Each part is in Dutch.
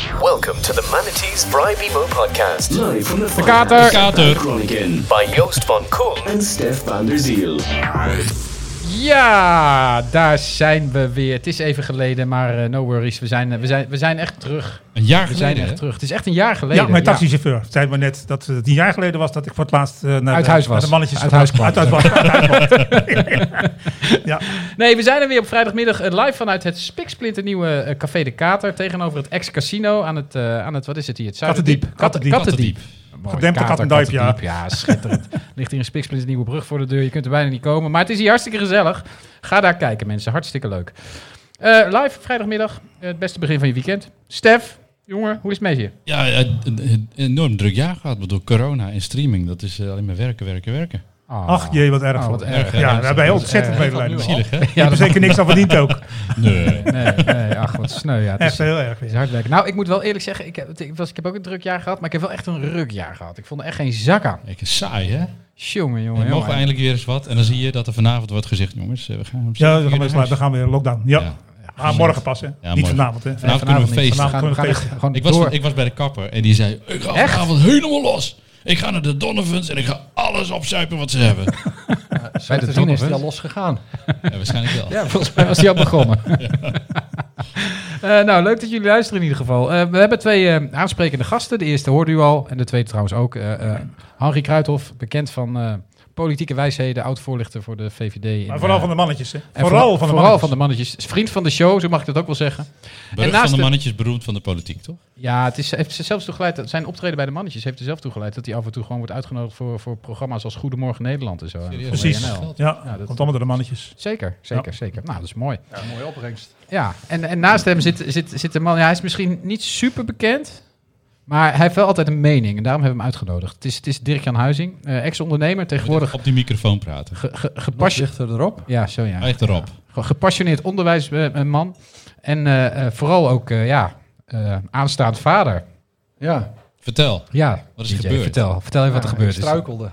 Welcome to the Manatees Bribe Emo podcast. Live from the Kater. Groningen. By Joost van Kool En Stef van der Ziel. Ja, daar zijn we weer. Het is even geleden, maar no worries. We zijn echt terug. Een jaar We geleden, zijn echt terug. Het is echt een jaar geleden. Ja, mijn taxichauffeur zei me net dat het 10 jaar geleden was dat ik voor het laatst naar huis was. de mannetjes Uit huis kwam. Uit huis was. Ja. Nee, we zijn er weer op vrijdagmiddag live vanuit het spiksplinternieuwe Café de Kater. Tegenover het ex-casino aan het, wat is het hier? Het Zuiderdiep. Kattendiep. Mooi, Gedempte Kater, Kattendiep, ja. Kattendiep. Ja, schitterend. Ligt hier een spiksplinternieuwe brug voor de deur. Je kunt er bijna niet komen. Maar het is hier hartstikke gezellig. Ga daar kijken, mensen. Hartstikke leuk. Live vrijdagmiddag. Het beste begin van je weekend. Stef, jongen, hoe is het met je? Ja, een enorm druk jaar gehad. Maar door corona en streaming, dat is alleen maar werken. Oh. Ach jee, wat erg. wat voor. erg. Ja, daar hebben wij ontzettend medelijden mee. Zielig, hè? Je hebt er zeker niks aan verdiend ook. Nee. Nee, ach, wat sneu. Ja, het Echt is, heel erg. het is hard werken. Nou, ik moet wel eerlijk zeggen, ik heb ook een druk jaar gehad, maar ik heb wel echt een ruk jaar gehad. Ik vond er echt geen zak aan. Ik is saai, hè? Jongen. Dan mogen we eindelijk weer eens wat. En dan zie je dat er vanavond wordt gezegd, jongens, we gaan Ja, dan gaan we weer lockdown. Ja. Morgen pas, hè? Ja, Niet morgen. vanavond, hè? Vanavond kunnen we feesten. Vanavond kunnen we feesten. Gewoon Ik was bij de kapper en die zei, ik ga vanavond helemaal los. Ik ga naar de Donovans en ik ga alles opzuipen wat ze hebben. bij de Toen is hij al Donovan. losgegaan. Ja, waarschijnlijk wel. Ja, volgens mij was hij al begonnen. Nou, leuk dat jullie luisteren in ieder geval. We hebben 2 aansprekende gasten. De eerste hoorde u al en de tweede trouwens ook. Henri Kruithof, bekend van politieke wijsheden, oud-voorlichter voor de VVD. Maar vooral van de mannetjes, hè? en vooral van de mannetjes. Vriend van de show, zo mag ik dat ook wel zeggen. Berucht naast van de de- mannetjes, beroemd van de politiek, toch? Ja, heeft ze zelfs toegeleid. Zijn optreden bij de mannetjes heeft er zelf toegeleid dat hij af en toe gewoon wordt uitgenodigd voor programma's als Goedemorgen Nederland en zo. En Serieus? voor Precies. WNL. Ja, Ja, dat- komt allemaal door de mannetjes. Zeker. Nou, dat is mooi. Ja, mooie opbrengst. Ja, en naast hem zit een man. Ja, hij is misschien niet super bekend, maar hij heeft wel altijd een mening. En daarom hebben we hem uitgenodigd. Het is Dirk-Jan Huizing, ex-ondernemer, tegenwoordig Op die microfoon praten. gepassioneerd. Dichter erop. Ja, zo ja. Echt erop. Gepassioneerd onderwijsman. En vooral ook aanstaand vader. Ja, Vertel. Ja, Wat is er DJ, gebeurd? Vertel even wat er gebeurd is. struikelde.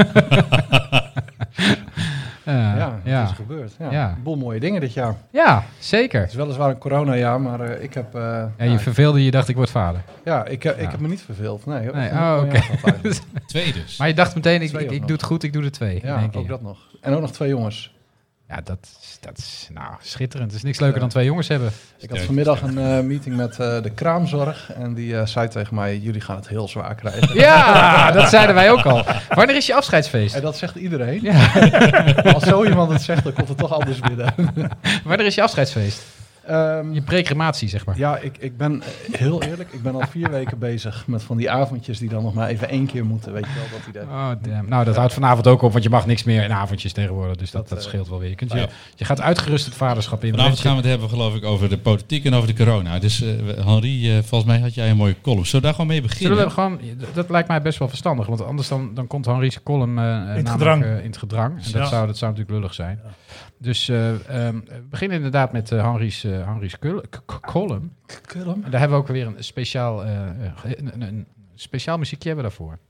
Ja, ja. het is gebeurd. Ja. Ja. Een boel mooie dingen dit jaar. Ja, zeker. Het is weliswaar een coronajaar, maar ik heb... Ja, je verveelde je dacht ik word vader. ik heb me niet verveeld. Nee, Nee, ik heb een mooi oké. jaar gehad eigenlijk. 2 dus. Maar je dacht meteen, 2 ook ik nog. doe het goed, ik doe er 2. Ja, ook dat nog. En ook nog 2 jongens. Ja, dat is nou schitterend. Er is niks leuker dan 2 jongens hebben. Ik had vanmiddag een meeting met de kraamzorg. En die zei tegen mij, jullie gaan het heel zwaar krijgen. Ja, dat zeiden wij ook al. Wanneer is je afscheidsfeest? En dat zegt iedereen. Ja. Als zo iemand het zegt, dan komt het toch anders binnen. Wanneer is je afscheidsfeest? Je precrematie, zeg maar. Ja, ik ben heel eerlijk, ik ben al 4 weken bezig met van die avondjes die dan nog maar even 1 keer moeten. Weet je wel, dat idee. Oh, damn. Nou, dat houdt vanavond ook op, want je mag niks meer in avondjes tegenwoordig. Dus dat scheelt wel weer. Je gaat uitgerust het vaderschap in. Vanavond gaan we het hebben, geloof ik, over de politiek en over de corona. Dus Henri, volgens mij had jij een mooie column. Zullen we daar gewoon mee beginnen? Zullen we gewoon, dat lijkt mij best wel verstandig, want anders dan komt Henri's column In het gedrang. in het gedrang. En dat zou natuurlijk lullig zijn. Dus we beginnen inderdaad met Henri's column. En daar hebben we ook weer een speciaal muziekje hebben we daarvoor.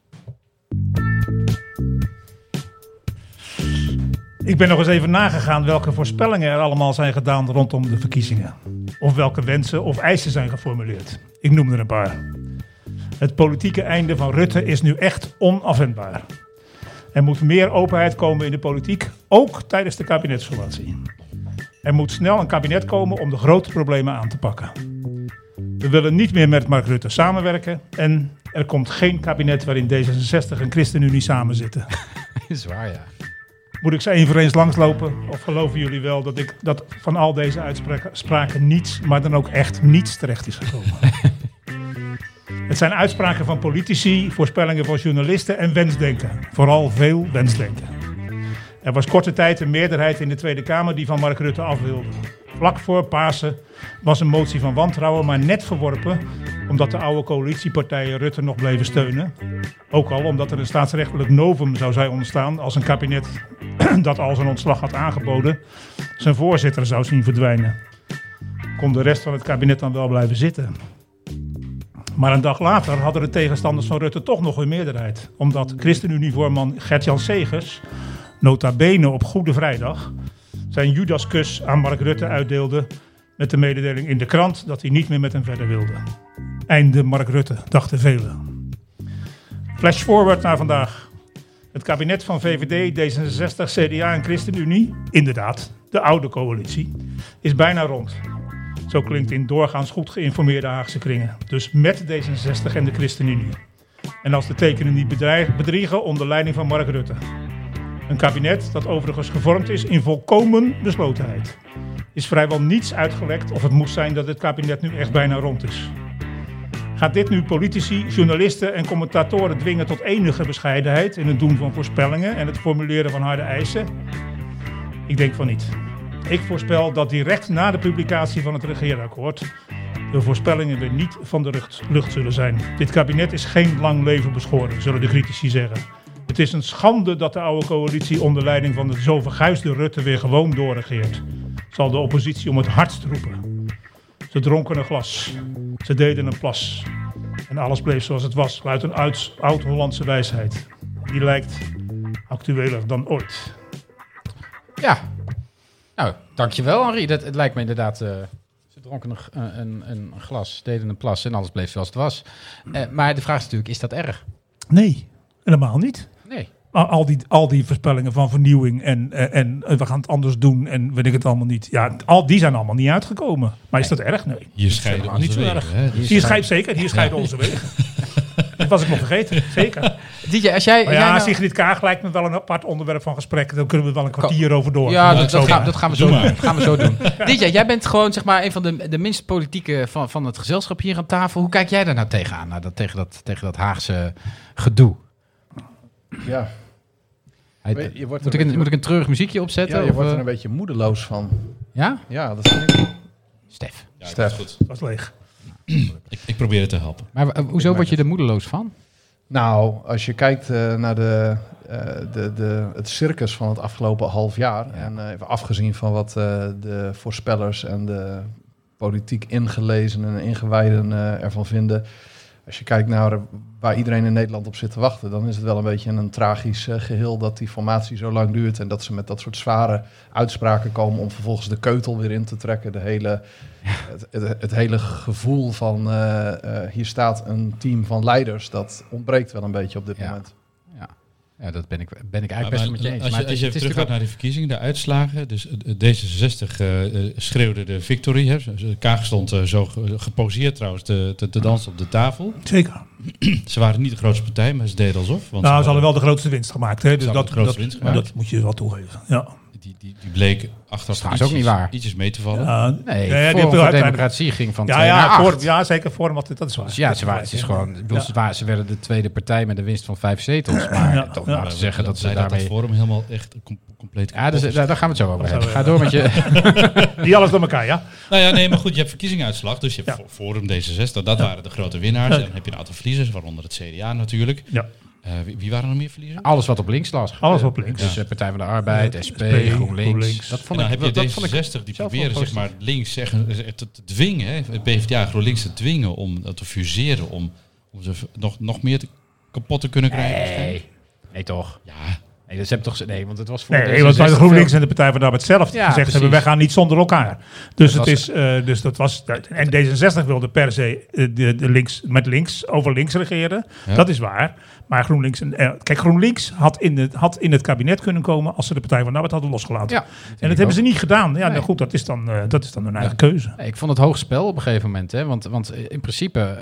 Ik ben nog eens even nagegaan welke voorspellingen er allemaal zijn gedaan rondom de verkiezingen. Of welke wensen of eisen zijn geformuleerd. Ik noem er een paar. Het politieke einde van Rutte is nu echt onafwendbaar. Er moet meer openheid komen in de politiek, ook tijdens de kabinetsformatie. Er moet snel een kabinet komen om de grote problemen aan te pakken. We willen niet meer met Mark Rutte samenwerken en er komt geen kabinet waarin D66 en ChristenUnie samen zitten. Is waar, ja. Moet ik ze één voor eens langslopen? Of geloven jullie wel dat van al deze uitspraken niets, maar dan ook echt niets terecht is gekomen? Het zijn uitspraken van politici, voorspellingen van journalisten en wensdenken. Vooral veel wensdenken. Er was korte tijd een meerderheid in de Tweede Kamer die van Mark Rutte af wilde. Vlak voor Pasen was een motie van wantrouwen, maar net verworpen omdat de oude coalitiepartijen Rutte nog bleven steunen. Ook al omdat er een staatsrechtelijk novum zou zijn ontstaan als een kabinet dat al zijn ontslag had aangeboden zijn voorzitter zou zien verdwijnen. Kon de rest van het kabinet dan wel blijven zitten? Maar een dag later hadden de tegenstanders van Rutte toch nog een meerderheid. Omdat ChristenUnie-voorman Gert-Jan Segers, nota bene op Goede Vrijdag, zijn Judaskus aan Mark Rutte uitdeelde met de mededeling in de krant dat hij niet meer met hem verder wilde. Einde Mark Rutte, dachten velen. Flash forward naar vandaag. Het kabinet van VVD, D66, CDA en ChristenUnie, inderdaad, de oude coalitie, is bijna rond. Zo klinkt in doorgaans goed geïnformeerde Haagse kringen. Dus met D66 en de ChristenUnie. En als de tekenen niet bedriegen onder leiding van Mark Rutte. Een kabinet dat overigens gevormd is in volkomen beslotenheid. Is vrijwel niets uitgelekt of het moest zijn dat het kabinet nu echt bijna rond is. Gaat dit nu politici, journalisten en commentatoren dwingen tot enige bescheidenheid in het doen van voorspellingen en het formuleren van harde eisen? Ik denk van niet. Ik voorspel dat direct na de publicatie van het regeerakkoord de voorspellingen weer niet van de lucht zullen zijn. Dit kabinet is geen lang leven beschoren, zullen de critici zeggen. Het is een schande dat de oude coalitie onder leiding van de zo verguisde Rutte weer gewoon doorregeert. Zal de oppositie om het hardst roepen. Ze dronken een glas. Ze deden een plas. En alles bleef zoals het was, luidt een oud-Hollandse wijsheid. Die lijkt actueler dan ooit. Ja. Nou, dankjewel Henri. Het lijkt me inderdaad... ze dronken een glas, deden een plas en alles bleef zoals het was. Maar de vraag is natuurlijk, is dat erg? Nee, helemaal niet. Nee. Al die voorspellingen van vernieuwing en we gaan het anders doen en weet ik het allemaal niet. Ja, die zijn allemaal niet uitgekomen. Maar is dat erg? Nee. Hier scheiden onze niet zo wegen. erg. Hè? Hier scheiden onze wegen. Dat was ik nog vergeten, zeker. DJ, als jij... Maar ja, Sigrid Kaag lijkt me wel een apart onderwerp van gesprek. Daar kunnen we wel een kwartier over door. Ja, dat gaan we zo doen. DJ, jij bent gewoon zeg maar een van de minst politieke van het gezelschap hier aan tafel. Hoe kijk jij daar nou tegenaan? Tegen dat Haagse gedoe? Ja. Moet ik een treurig muziekje opzetten? Ja, je wordt er een beetje moedeloos van. Ja? Ja, dat vind ik. Stef. Ja, Stef. dat is goed. Dat was leeg. Ik probeer het te helpen. Maar hoezo word je er moedeloos van? Nou, als je kijkt naar het circus van het afgelopen half jaar... en even afgezien van wat de voorspellers en de politiek ingelezenen en ingewijden ervan vinden... Als je kijkt naar waar iedereen in Nederland op zit te wachten... dan is het wel een beetje een tragisch geheel dat die formatie zo lang duurt... en dat ze met dat soort zware uitspraken komen... om vervolgens de keutel weer in te trekken. Het hele gevoel van hier staat een team van leiders... dat ontbreekt wel een beetje op dit moment. Ja, dat ben ik eigenlijk best wel met je eens. Als je even teruggaat naar die verkiezingen, de uitslagen. Dus D66 schreeuwde de victory. Hè. Kaag stond zo geposeerd trouwens te dansen op de tafel. Zeker. Ze waren niet de grootste partij, maar ze deden alsof. Want Ze hadden wel de grootste winst gemaakt. Hè? Dus dat moet je wel toegeven. Ja. Die bleek achteraf dat is ook niet waar. Ietsjes mee te vallen. Nee, Forum voor Democratie ging van 2 naar 8. Ja, zeker Forum, dat is waar. Dus ja, ze werden de tweede partij met een winst van 5 zetels. Maar toch maar te zeggen dat ze daarmee... dat Forum helemaal echt compleet... Ja, dus, daar gaan we het zo over hebben. Ga door met je... Die alles door elkaar, ja? Nou ja, nee, maar goed, je hebt verkiezingsuitslag. Dus je hebt Forum, D66, dat waren de grote winnaars. En dan heb je een aantal verliezers, waaronder het CDA natuurlijk. Ja. Wie waren er nog meer verliezers? Alles wat op links las. Alles op links. Dus Partij van de Arbeid, SP, GroenLinks. Dat vond ik, heb je D66 die proberen zeg maar links te dwingen, hè, het PvdA GroenLinks te dwingen om te fuseren, om ze nog meer kapot te kunnen krijgen. Nee toch? Ja. Nee, dat hebben toch... Nee, want het was voor Nee, want de GroenLinks en de Partij van de Arbeid zelf gezegd hebben, wij gaan niet zonder elkaar. Dus dat was... En D66 wilde per se met links over links regeren. Ja. Dat is waar. Maar GroenLinks had in het kabinet kunnen komen als ze de Partij van de Arbeid hadden losgelaten. Ja, en dat hebben ze niet gedaan. Ja, nou goed, dat is dan hun eigen keuze. Nee, ik vond het hoog spel op een gegeven moment. Hè, want in principe,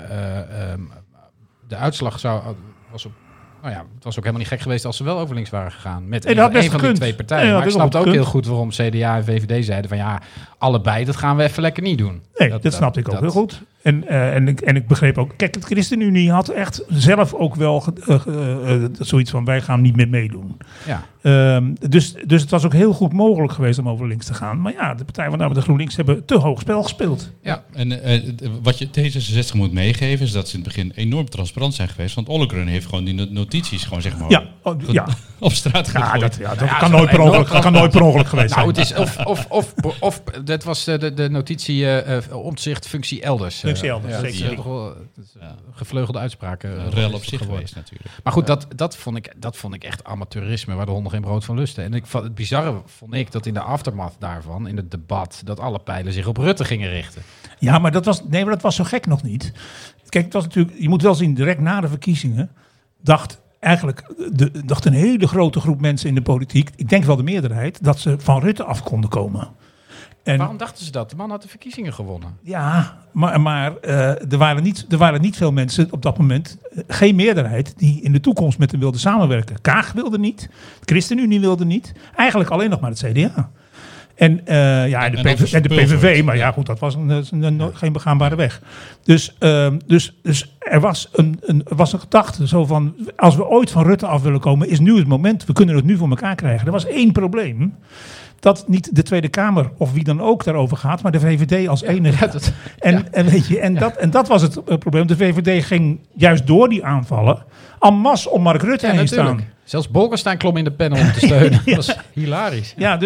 de uitslag was op... Nou ja, het was ook helemaal niet gek geweest als ze wel over links waren gegaan. Met een van die twee partijen. Maar ik snapte ook heel goed waarom CDA en VVD zeiden van ja, allebei, dat gaan we even lekker niet doen. Nee, dat snapte ik ook heel goed. En ik begreep ook, kijk, het ChristenUnie had echt zelf ook wel zoiets van wij gaan niet meer meedoen. Ja. Dus het was ook heel goed mogelijk geweest om over links te gaan. Maar ja, de Partij van de Arbeid en GroenLinks hebben te hoog spel gespeeld. Ja, en wat je D66 moet meegeven is dat ze in het begin enorm transparant zijn geweest. Want Ollekren heeft gewoon die notities gewoon zeg maar op straat gegooid. Dat kan nooit per ongeluk geweest zijn. Nou, het is of dat was de notitie omzicht functie elders. Functie elders, zeker. Gevleugelde uitspraken. Rel op zich geweest natuurlijk. Maar goed, dat vond ik echt amateurisme waar de honden geen brood van lusten. En het bizarre vond ik dat in de aftermath daarvan, in het debat, dat alle pijlen zich op Rutte gingen richten. Ja, maar dat was zo gek nog niet. Kijk, het was natuurlijk, je moet wel zien, direct na de verkiezingen dacht een hele grote groep mensen in de politiek, ik denk wel de meerderheid, dat ze van Rutte af konden komen. En, waarom dachten ze dat? De man had de verkiezingen gewonnen. Ja, maar er waren niet veel mensen op dat moment, geen meerderheid, die in de toekomst met hem wilden samenwerken. Kaag wilde niet, de ChristenUnie wilde niet, eigenlijk alleen nog maar het CDA. En de PVV, maar ja goed, dat was geen begaanbare weg. Dus er was een gedachte zo van, als we ooit van Rutte af willen komen, is nu het moment. We kunnen het nu voor elkaar krijgen. Er was één probleem. Dat niet de Tweede Kamer of wie dan ook daarover gaat, maar de VVD als enige. En dat was het probleem. De VVD ging juist door die aanvallen en masse om Mark Rutte heen staan. Zelfs Bolkestein klom in de panel om te steunen. Dat was hilarisch. Ja,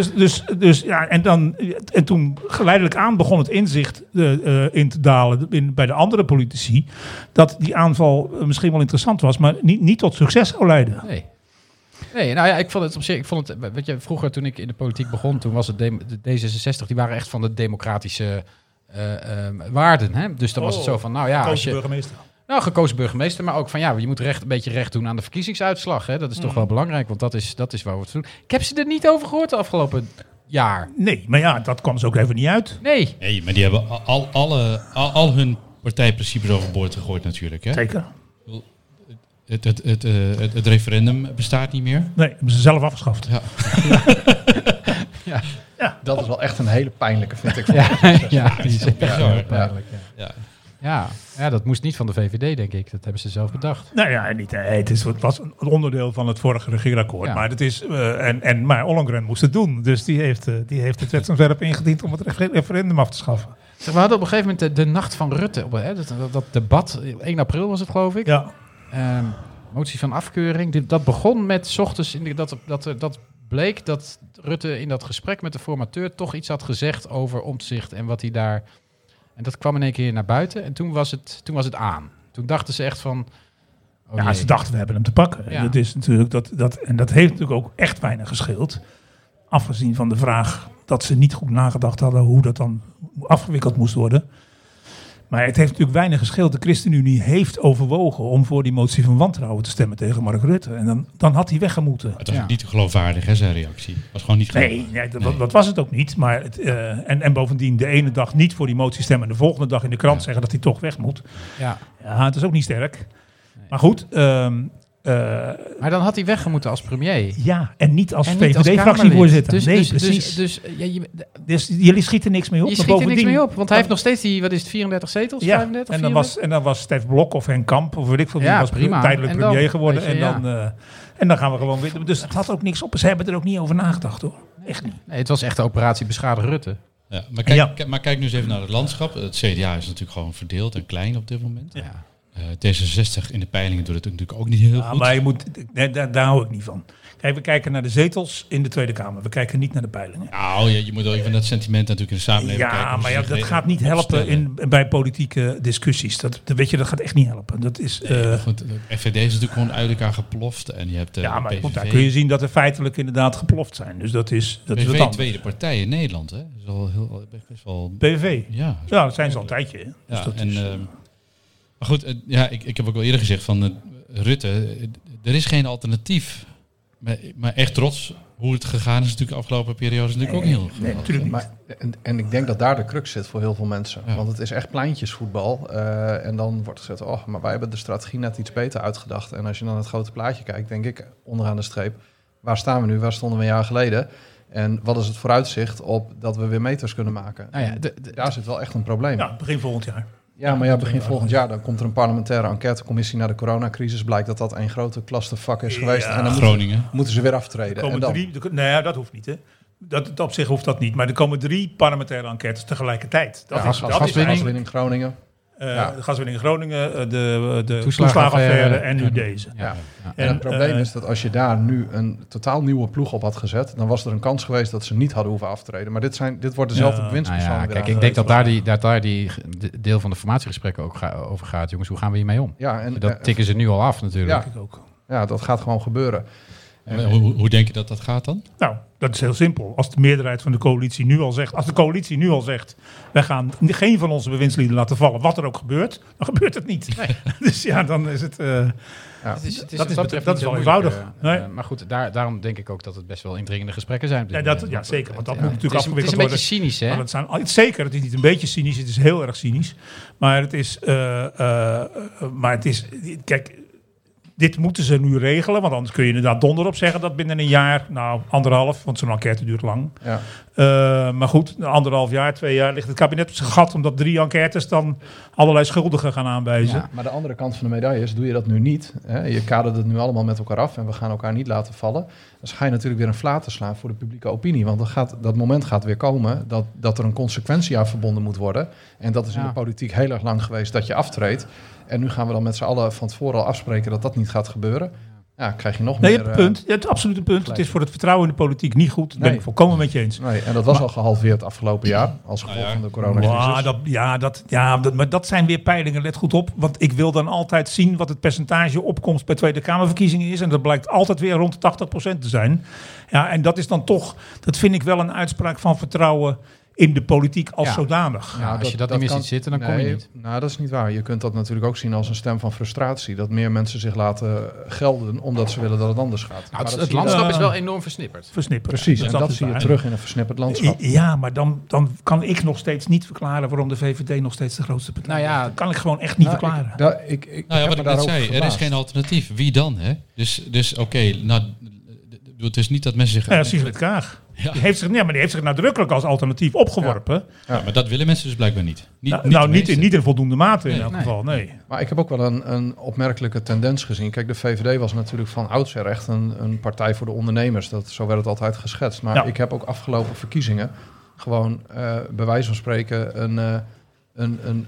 en toen geleidelijk aan begon het inzicht in te dalen bij de andere politici, dat die aanval misschien wel interessant was, maar niet tot succes zou leiden. Nee, nou ja, ik vond het op zich. Weet je, vroeger toen ik in de politiek begon, toen was het de D66, die waren echt van de democratische waarden. Hè? Dus dan was het zo van, nou ja, als je burgemeester. Nou, gekozen burgemeester, maar ook van ja, je moet een beetje recht doen aan de verkiezingsuitslag. Hè? Dat is toch wel belangrijk, want dat is waar we het doen. Ik heb ze er niet over gehoord de afgelopen jaar. Nee, maar ja, dat kwam ze ook even niet uit. Nee, maar die hebben al hun partijprincipes overboord gegooid natuurlijk. Hè? Zeker. Het referendum bestaat niet meer. Nee, hebben ze zelf afgeschaft. Ja. Ja. Dat is wel echt een hele pijnlijke, vind ik. Die is echt heel pijnlijk. Ja. Ja, dat moest niet van de VVD, denk ik. Dat hebben ze zelf bedacht. Nou ja, het was een onderdeel van het vorige regeerakkoord. Ja. Maar het is, maar Ollongren moest het doen. Dus die heeft het wetsontwerp ingediend om het referendum af te schaffen. We hadden op een gegeven moment de nacht van Rutte. Dat debat, 1 april was het, geloof ik. Ja. Motie van afkeuring. Dat begon met 's ochtends, dat bleek dat Rutte in dat gesprek met de formateur toch iets had gezegd over Omtzigt en wat hij daar. En dat kwam in één keer naar buiten en toen was het aan. Toen dachten ze echt van. Ze dachten we hebben hem te pakken. Ja. Dat is natuurlijk dat heeft natuurlijk ook echt weinig gescheeld. Afgezien van de vraag dat ze niet goed nagedacht hadden hoe dat dan afgewikkeld moest worden. Maar het heeft natuurlijk weinig gescheeld. De ChristenUnie heeft overwogen om voor die motie van wantrouwen te stemmen tegen Mark Rutte. En dan had hij weggemoeten. Het was niet geloofwaardig, hè, zijn reactie. Het was gewoon niet geloofwaardig. Nee, dat was het ook niet. Maar en bovendien de ene dag niet voor die motie stemmen en de volgende dag in de krant zeggen dat hij toch weg moet. Ja, het is ook niet sterk. Nee. Maar goed. Maar dan had hij weggemoeten als premier. Ja, en niet als VVD-fractievoorzitter. Precies. Dus jullie schieten niks mee op. Je schiet er niks mee op, want hij heeft nog steeds die, 34 zetels? Ja, 35, en dan was Stef Blok of Henk Kamp, of weet ik veel, die was tijdelijk premier geworden. En dan gaan we gewoon weer. Dus het had ook niks op. Ze hebben er ook niet over nagedacht, hoor. Echt niet. Nee, het was echt de operatie beschadig Rutte. Ja, maar kijk nu eens even naar het landschap. Het CDA is natuurlijk gewoon verdeeld en klein op dit moment. Ja. D66 in de peilingen doet het natuurlijk ook niet heel goed. Maar daar hou ik niet van. Kijk, we kijken naar de zetels in de Tweede Kamer. We kijken niet naar de peilingen. Nou, je moet wel even dat sentiment natuurlijk in de samenleving kijken. Ja, maar dat gaat niet helpen bij politieke discussies. Dat gaat echt niet helpen. Dat is, de FVD is natuurlijk gewoon uit elkaar geploft. En je hebt maar PVV. Goed, daar kun je zien dat er feitelijk inderdaad geploft zijn. Dus dat is PVV tweede partij in Nederland. Hè? Dat is best wel PVV? Ja, dat zijn ze al een tijdje. Hè? Dus maar goed, ik heb ook al eerder gezegd van Rutte, er is geen alternatief. Maar echt trots hoe het gegaan is natuurlijk de afgelopen periode is natuurlijk ook heel goed. Nee, natuurlijk niet. Maar, en ik denk dat daar de crux zit voor heel veel mensen. Ja. Want het is echt pleintjesvoetbal. En dan wordt gezegd, maar wij hebben de strategie net iets beter uitgedacht. En als je dan het grote plaatje kijkt, denk ik, onderaan de streep, waar staan we nu? Waar stonden we een jaar geleden? En wat is het vooruitzicht op dat we weer meters kunnen maken? Nou ja, daar zit wel echt een probleem. Ja, begin volgend jaar. Ja, maar begin volgend jaar dan komt er een parlementaire enquêtecommissie naar de coronacrisis. Blijkt dat een grote clusterfuck is geweest. En dan Groningen. Moeten ze weer aftreden. Nee, dat hoeft niet. Hè. Dat op zich hoeft dat niet. Maar er komen 3 parlementaire enquêtes tegelijkertijd. Gaswinning Groningen. De gaswinning in Groningen, de toeslagenaffaire en nu deze. Ja. En het probleem is dat als je daar nu een totaal nieuwe ploeg op had gezet, dan was er een kans geweest dat ze niet hadden hoeven aftreden. Maar dit wordt dezelfde bewindspersoon. Kijk, ik denk dat daar die deel van de formatiegesprekken ook over gaat. Jongens, hoe gaan we hiermee om? Ja, en dat tikken ze nu al af natuurlijk. Ja, dat gaat gewoon gebeuren. En hoe denk je dat dat gaat dan? Nou, dat is heel simpel. Als de meerderheid van de coalitie nu al zegt... Als de coalitie nu al zegt... Wij gaan geen van onze bewindslieden laten vallen, wat er ook gebeurt. Dan gebeurt het niet. Nee. Dus ja, dan is het... dat is wel eenvoudig. Maar goed, daarom denk ik ook dat het best wel indringende gesprekken zijn. Ja, zeker. Want dat moet natuurlijk afgewikkeld worden. Het is een beetje cynisch, hè? Zeker, het is niet een beetje cynisch. Het is heel erg cynisch. Maar het is... Kijk... Dit moeten ze nu regelen, want anders kun je inderdaad donderop zeggen dat binnen een jaar, 1,5, want zo'n enquête duurt lang. Ja. Maar goed, 1,5 jaar, 2 jaar ligt het kabinet op zijn gat, omdat 3 enquêtes dan allerlei schuldigen gaan aanwijzen. Ja, maar de andere kant van de medaille is, doe je dat nu niet. Hè? Je kadert het nu allemaal met elkaar af en we gaan elkaar niet laten vallen. Dan ga je natuurlijk weer een flater slaan voor de publieke opinie. Want dat moment gaat weer komen dat er een consequentie aan verbonden moet worden. En dat is in de politiek heel erg lang geweest dat je aftreedt. En nu gaan we dan met z'n allen van tevoren al afspreken dat dat niet gaat gebeuren. Ja, krijg je nog meer... Je hebt een punt. Je hebt absoluut een punt. Het is voor het vertrouwen in de politiek niet goed. Dat ben ik volkomen met je eens. Nee, en dat was al gehalveerd afgelopen jaar als gevolg van de coronacrisis. Maar dat zijn weer peilingen. Let goed op. Want ik wil dan altijd zien wat het percentage opkomst bij Tweede Kamerverkiezingen is. En dat blijkt altijd weer rond 80% te zijn. Ja, en dat is dan toch... Dat vind ik wel een uitspraak van vertrouwen in de politiek als zodanig. Ja, als je dat niet meer ziet zitten, dan kom je niet. Nou, dat is niet waar. Je kunt dat natuurlijk ook zien als een stem van frustratie. Dat meer mensen zich laten gelden omdat ze willen dat het anders gaat. Nou, het landschap is wel enorm versnipperd. Precies, en dat zie je terug in een versnipperd landschap. Ja, maar dan kan ik nog steeds niet verklaren waarom de VVD nog steeds de grootste partij is. Dat kan ik gewoon echt niet verklaren. Wat ik net zei, er is geen alternatief. Wie dan? Hè? Dus oké, het is niet dat mensen zich... Sigrid Kaag. Ja. Die heeft zich nadrukkelijk als alternatief opgeworpen. Ja, maar dat willen mensen dus blijkbaar niet. Niet in voldoende mate in elk geval, nee. Maar ik heb ook wel een opmerkelijke tendens gezien. Kijk, de VVD was natuurlijk van oudsher echt een partij voor de ondernemers. Zo werd het altijd geschetst. Maar ik heb ook afgelopen verkiezingen gewoon bij wijze van spreken een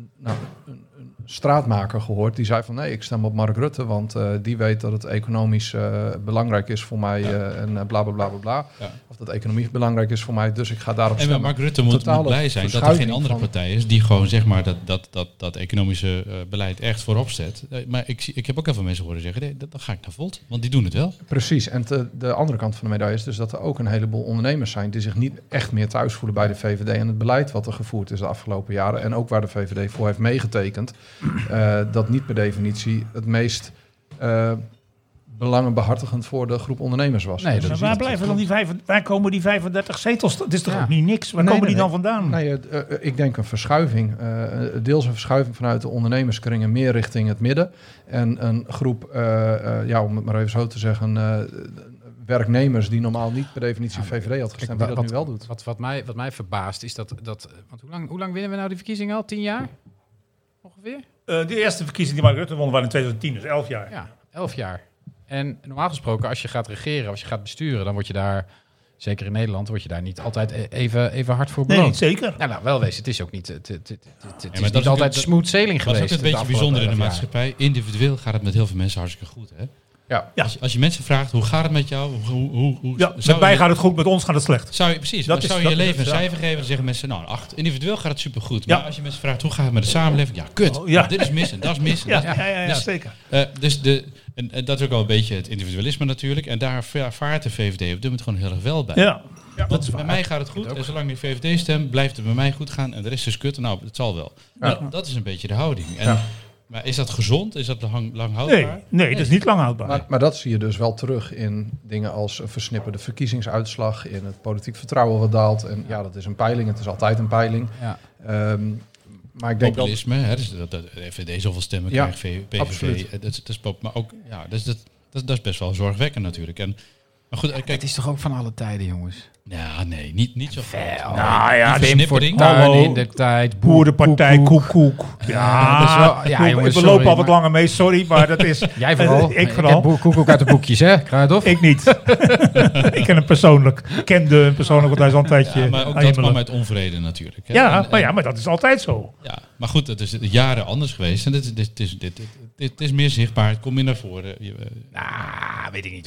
straatmaker gehoord. Die zei van nee, ik stem op Mark Rutte, want die weet dat het economisch belangrijk is voor mij en bla bla bla bla. Ja. Of dat economie belangrijk is voor mij, dus ik ga daarop stemmen. En Mark Rutte moet blij zijn dat er geen andere partij is die gewoon zeg maar dat economische beleid echt voorop zet. Maar ik heb ook heel veel mensen horen zeggen, nee, dat ga ik naar Volt, want die doen het wel. Precies, en de andere kant van de medaille is dus dat er ook een heleboel ondernemers zijn die zich niet echt meer thuis voelen bij de VVD en het beleid wat er gevoerd is de afgelopen jaren en ook waar de VVD voor heeft meegetekend. Dat niet per definitie het meest belangenbehartigend voor de groep ondernemers was. Nee, dus waar blijven dan waar komen die 35 zetels? Dat is toch ook niet niks? Waar komen die dan vandaan? Nee, ik denk een verschuiving. Deels een verschuiving vanuit de ondernemerskringen meer richting het midden. En een groep, om het maar even zo te zeggen, werknemers die normaal niet per definitie VVD had gestemd, die dat nu wel doet. Wat mij verbaast is dat want hoe lang winnen we nou die verkiezingen al? 10 jaar? Ongeveer? De eerste verkiezingen die Mark Rutte won waren in 2010, dus 11 jaar. Ja, 11 jaar. En normaal gesproken, als je gaat regeren, als je gaat besturen, dan word je daar, zeker in Nederland, word je daar niet altijd even hard voor beloond. Nee, zeker. Nou, wel wezen, het is ook niet, het is niet altijd smooth sailing geweest. Dat is ook een beetje bijzonder in de maatschappij. Individueel gaat het met heel veel mensen hartstikke goed, hè? Ja. Als je mensen vraagt, hoe gaat het met jou? Met mij gaat het goed, met ons gaat het slecht. Zou je je leven een cijfer geven, dan zeggen mensen, 8. Individueel gaat het supergoed. Maar als je mensen vraagt, hoe gaat het met de samenleving? Ja, kut. Dit is mis en dat is mis. Ja, zeker. En dat is ook wel een beetje het individualisme natuurlijk. En daar vaart de VVD op dit moment gewoon heel erg wel bij. Ja. Want bij mij gaat het goed. En zolang ik VVD stem, blijft het bij mij goed gaan. En de rest is kut. Nou, het zal wel. Ja. Dat is een beetje de houding. Maar is dat gezond? Is dat lang houdbaar? Nee, dat is niet lang houdbaar. Maar dat zie je dus wel terug in dingen als een versnipperde verkiezingsuitslag, in het politiek vertrouwen wat daalt. En dat is een peiling, het is altijd een peiling. Ja. Maar ik denk populisme, dus dat de FVD zoveel stemmen krijgt, PVV. Dat is maar ook, dat is best wel zorgwekkend natuurlijk. Maar goed, kijk, het is toch ook van alle tijden, jongens? Ja, nee, niet zo veel. Nou ja, in de tijd. Boerenpartij, koek. Jongens, we lopen al wat langer mee, sorry, maar dat is... Jij vooral. Ik vooral. Ik heb koek uit de boekjes, hè? Kruidhof? Ik niet. Ik ken hem persoonlijk. Want hij is al een tijdje... Ja, maar ook dat kwam uit onvrede natuurlijk. Hè? Ja, maar dat is altijd zo. Ja, maar goed, het is jaren anders geweest. En dit is meer zichtbaar. Het komt meer naar voren. Weet ik niet hoor.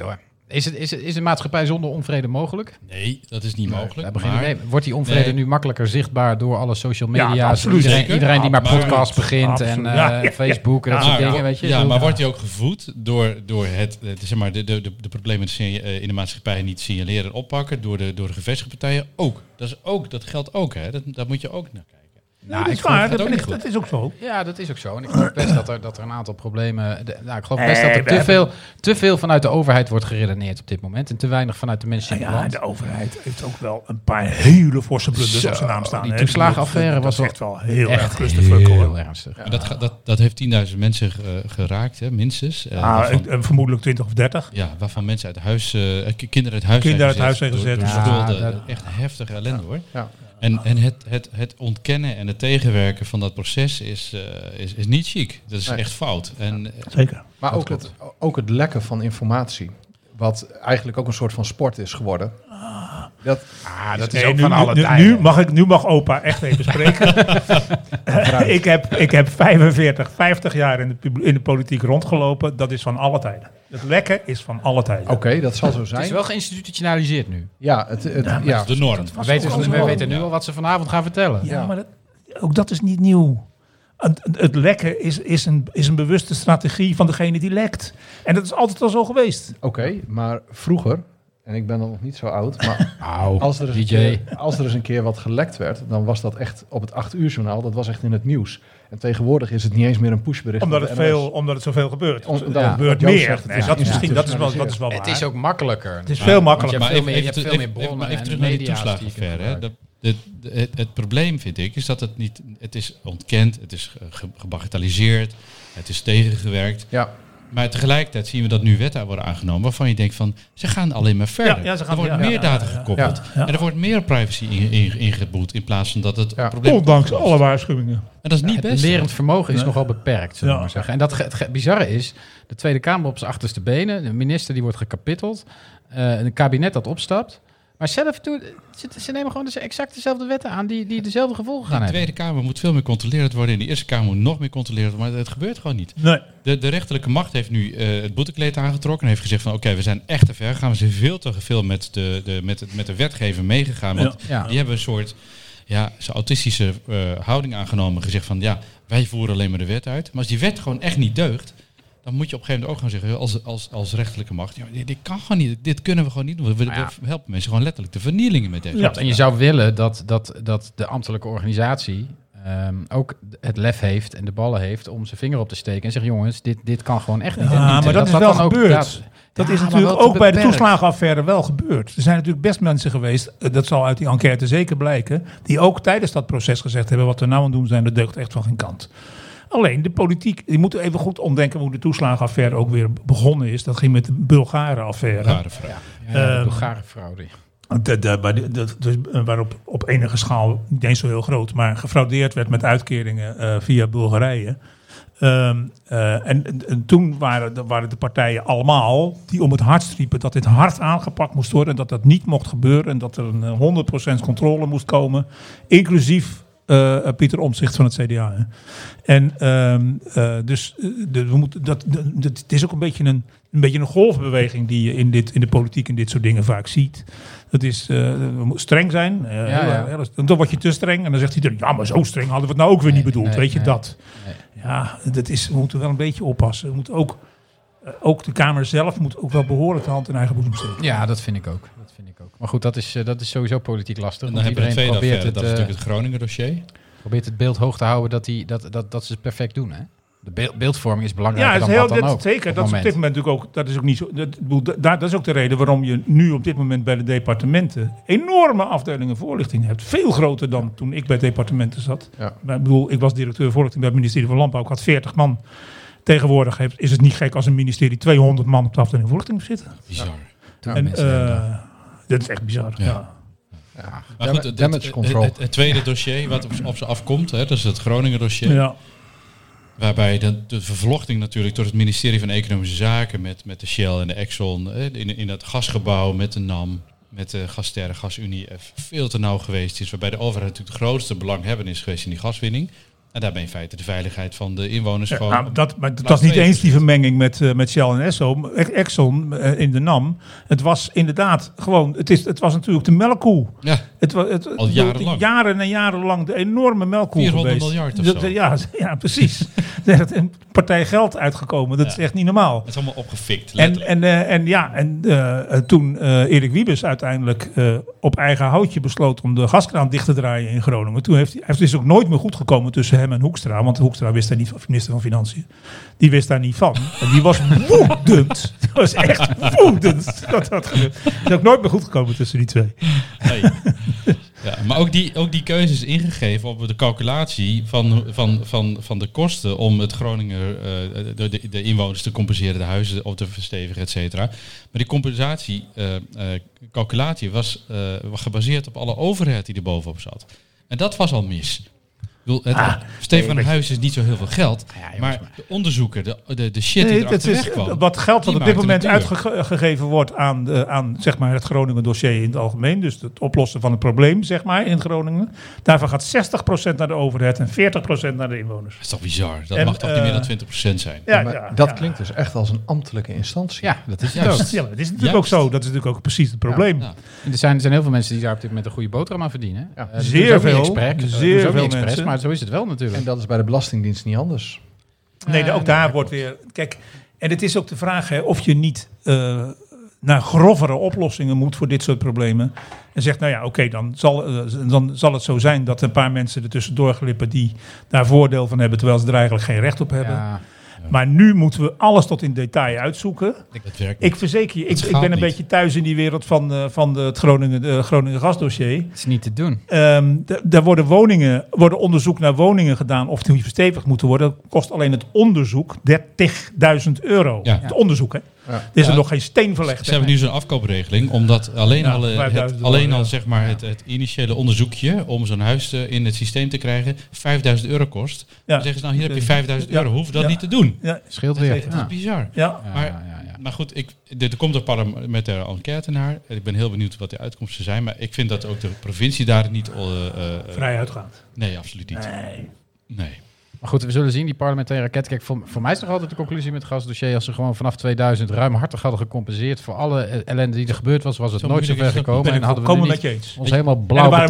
Is een maatschappij zonder onvrede mogelijk? Nee, dat is niet mogelijk. Daar beginnen we mee. Wordt die onvrede nu makkelijker zichtbaar door alle social media? Absoluut. Iedereen die maar Maar- podcast begint en Facebook en dat soort dingen, weet je? Maar wordt hij ook gevoed door het zeg maar, de problemen in de maatschappij niet signaleren en oppakken, door de gevestigde partijen ook. Dat geldt ook, hè. Dat moet je ook naar kijken. Nou, dat is waar, dat ook niet goed. dat is ook zo. Ja, dat is ook zo. En ik geloof best dat er een aantal problemen... ik geloof best dat er te veel vanuit de overheid wordt geredeneerd op dit moment. En te weinig vanuit de mensen in het land. De overheid heeft ook wel een paar hele forse blunders op zijn naam staan. Die hè. toeslagenaffaire was dat is wel echt wel heel erg heel hoor. ernstig. En dat heeft 10.000 mensen geraakt, hè, minstens. Vermoedelijk 20 of 30. Ja, waarvan mensen uit huis, kinderen uit huis Kinderen uit huis zijn door gezet. schulden. Echt heftige ellende, hoor. Ja. En het ontkennen en het tegenwerken van dat proces is niet chic. Dat is echt fout. En, Zeker. Maar ook het lekken van informatie. Wat eigenlijk ook een soort van sport is geworden. Dat is ook van alle tijden. Nu mag opa echt even spreken. Ik heb 50 jaar in de politiek rondgelopen. Dat is van alle tijden. Het lekken is van alle tijden. Oké, dat zal zo Het zijn. is wel geïnstitutionaliseerd nu. Ja, dat is de norm. We weten nu al wat ze vanavond gaan vertellen. Ja, maar ook dat is niet nieuw. Het lekken is een bewuste strategie van degene die lekt. En dat is altijd al zo geweest. Oké, maar vroeger, en ik ben dan nog niet zo oud, maar als er eens een keer wat gelekt werd, dan was dat echt op het 8 uur journaal, dat was echt in het nieuws. En tegenwoordig is het niet eens meer een pushbericht. Omdat het zoveel gebeurt. Het gebeurt meer. Dat is wel waar. Het is ook makkelijker. Het is veel makkelijker. Je hebt veel meer bronnen even terug en naar die media. toeslagenaffaire. Het probleem, vind ik, is dat het is ontkend, het is gebagatelliseerd, het is tegengewerkt. Ja. Maar tegelijkertijd zien we dat nu wetten worden aangenomen waarvan je denkt van, ze gaan alleen maar verder. Er wordt meer data gekoppeld. En er wordt meer privacy ingeboet in plaats van dat het probleem... Ondanks alle waarschuwingen. En dat is niet best. Het lerend vermogen is nogal beperkt, zullen we maar zeggen. En het bizarre is, de Tweede Kamer op zijn achterste benen, de minister die wordt gekapitteld, een kabinet dat opstapt. Maar zelf ze nemen gewoon exact dezelfde wetten aan die dezelfde gevolgen gaan hebben. De Tweede Kamer moet veel meer controlerend worden. En de Eerste Kamer moet nog meer controlerend worden. Maar het gebeurt gewoon niet. Nee. De rechterlijke macht heeft nu het boetekleed aangetrokken. En heeft gezegd van oké, we zijn echt te ver gegaan. We zijn veel te veel met de wetgever meegegaan. Want die hebben een soort zo'n autistische houding aangenomen. Gezegd van wij voeren alleen maar de wet uit. Maar als die wet gewoon echt niet deugt, dan moet je op een gegeven moment ook gaan zeggen, als rechterlijke macht, dit kan gewoon niet, dit kunnen we gewoon niet doen. We helpen mensen gewoon letterlijk de vernielingen met deze. Ja, en je zou willen dat de ambtelijke organisatie ook het lef heeft en de ballen heeft om zijn vinger op te steken en zeggen, jongens, dit kan gewoon echt niet. Ja, maar dat is wel gebeurd. Dat is natuurlijk ook bij de toeslagenaffaire wel gebeurd. Er zijn natuurlijk best mensen geweest, dat zal uit die enquête zeker blijken, die ook tijdens dat proces gezegd hebben, wat we nou aan het doen zijn, dat deugt echt van geen kant. Alleen de politiek, die moeten even goed omdenken hoe de toeslagenaffaire ook weer begonnen is. Dat ging met de Bulgaren-affaire. De Bulgaren-fraude. Waarop op enige schaal, niet eens zo heel groot, maar gefraudeerd werd met uitkeringen via Bulgarije. En toen waren de partijen allemaal die om het hardst riepen dat dit hard aangepakt moest worden en dat dat niet mocht gebeuren en dat er een 100% controle moest komen, inclusief Pieter Omtzigt van het CDA. Hè. En het is ook een beetje een golfbeweging die je in de politiek en dit soort dingen vaak ziet. Dat is we moeten streng zijn. Dan word je te streng en dan zegt iedereen, ja, maar zo streng hadden we het nou ook weer niet bedoeld. Weet je dat? Ja, we moeten wel een beetje oppassen. We moeten ook de Kamer zelf moet ook wel behoorlijk de hand in eigen boezem steken. Ja, dat vind ik ook. Maar goed, dat is sowieso politiek lastig. En dan hebben we een tweede affaire, dat is natuurlijk het Groningen dossier. Probeert het beeld hoog te houden dat ze het perfect doen, hè? De beeldvorming is belangrijker dan wat dan ook. Zeker, dat is op dit moment natuurlijk ook. Dat is ook niet zo. Dat is ook de reden waarom je nu op dit moment bij de departementen enorme afdelingen voorlichting hebt. Veel groter dan toen ik bij departementen zat. Ja. Ik was directeur voorlichting bij het ministerie van Landbouw. Ik had 40 man. Tegenwoordig is het niet gek als een ministerie 200 man op de afdeling voorlichting zitten. Bizar. Dat is echt bizar. Ja. Maar goed, het tweede dossier wat op ze afkomt, hè, dat is het Groningen dossier. Ja. Waarbij de vervlochting natuurlijk door het ministerie van Economische Zaken met de Shell en de Exxon in het gasgebouw met de NAM, met de Gasterre Gasunie veel te nauw geweest is. Waarbij de overheid natuurlijk de grootste belanghebber is geweest in die gaswinning. En daarbij in feite de veiligheid van de inwoners gewoon... Maar dat was niet eens die vermenging met Shell en Exxon in de NAM. Het was inderdaad gewoon... Het was natuurlijk de melkkoe. Ja, al jarenlang. Jaren en jarenlang de enorme melkkoe 400 geweest. miljard of zo. Ja, precies. Er is een partij geld uitgekomen. Dat is echt niet normaal. Het is allemaal opgefikt. Toen Erik Wiebes uiteindelijk op eigen houtje besloot om de gaskraan dicht te draaien in Groningen. Toen heeft het is ook nooit meer goed gekomen tussen hem en Hoekstra. Want Hoekstra wist daar niet van, minister van Financiën. Die wist daar niet van. En die was woedend. Die was echt woedend. Dat gebeurde. Het is ook nooit meer goed gekomen tussen die twee. Nee. Ja, maar ook die keuze is ingegeven op de calculatie van de kosten om het Groninger, de inwoners te compenseren, de huizen op te verstevigen, et cetera. Maar die calculatie was gebaseerd op alle overheid die er bovenop zat. En dat was al mis. Steven van een huis is niet zo heel veel geld, maar de onderzoeken, de shit die erachter wegkwam. Wat geld wat op dit moment uitgegeven wordt aan zeg maar, het Groningen dossier in het algemeen, dus het oplossen van het probleem zeg maar, in Groningen, daarvan gaat 60% naar de overheid en 40% naar de inwoners. Dat is toch bizar? Dat mag toch niet meer dan 20% zijn? Dat klinkt dus echt als een ambtelijke instantie. Ja, dat is het ook. Ja, dat is natuurlijk ook zo. Dat is natuurlijk ook precies het probleem. Ja. Er zijn heel veel mensen die daar op dit moment een goede boterham aan verdienen. Ja. Zeer veel mensen. Maar zo is het wel natuurlijk. En dat is bij de Belastingdienst niet anders. Nee, ook daar wordt weer... Kijk, en het is ook de vraag of je niet naar grovere oplossingen moet voor dit soort problemen. En zegt, nou ja, oké, dan zal het zo zijn dat een paar mensen er tussendoor glippen die daar voordeel van hebben, terwijl ze er eigenlijk geen recht op hebben. Ja. Maar nu moeten we alles tot in detail uitzoeken. Ik verzeker je, ik ben een beetje thuis in die wereld van het Groningen gasdossier. Het is niet te doen. Daar worden onderzoek naar woningen gedaan of die verstevigd moeten worden. Dat kost alleen het onderzoek €30.000. Ja. Het onderzoek, hè. Ja. Er is er nog geen steen verlegd. Ze hebben nu zo'n afkoopregeling, omdat alleen al zeg maar het initiële onderzoekje om zo'n huis in het systeem te krijgen €5.000 kost. Ja. Dan zeggen ze, nou hier heb je €5.000, hoef dat niet te doen. Ja. Scheelt weer. Dat is bizar. Ja. Maar goed, er komt een parlementaire enquête naar. Ik ben heel benieuwd wat de uitkomsten zijn. Maar ik vind dat ook de provincie daar niet... vrij uitgaat. Nee, absoluut niet. Nee. Maar goed, we zullen zien, die parlementaire enquête. Kijk, voor mij is toch altijd de conclusie met het gasdossier. Als ze gewoon vanaf 2000 ruimhartig hadden gecompenseerd voor alle ellende die er gebeurd was het nooit zo ver gekomen. En hadden we ons helemaal blauw betaald.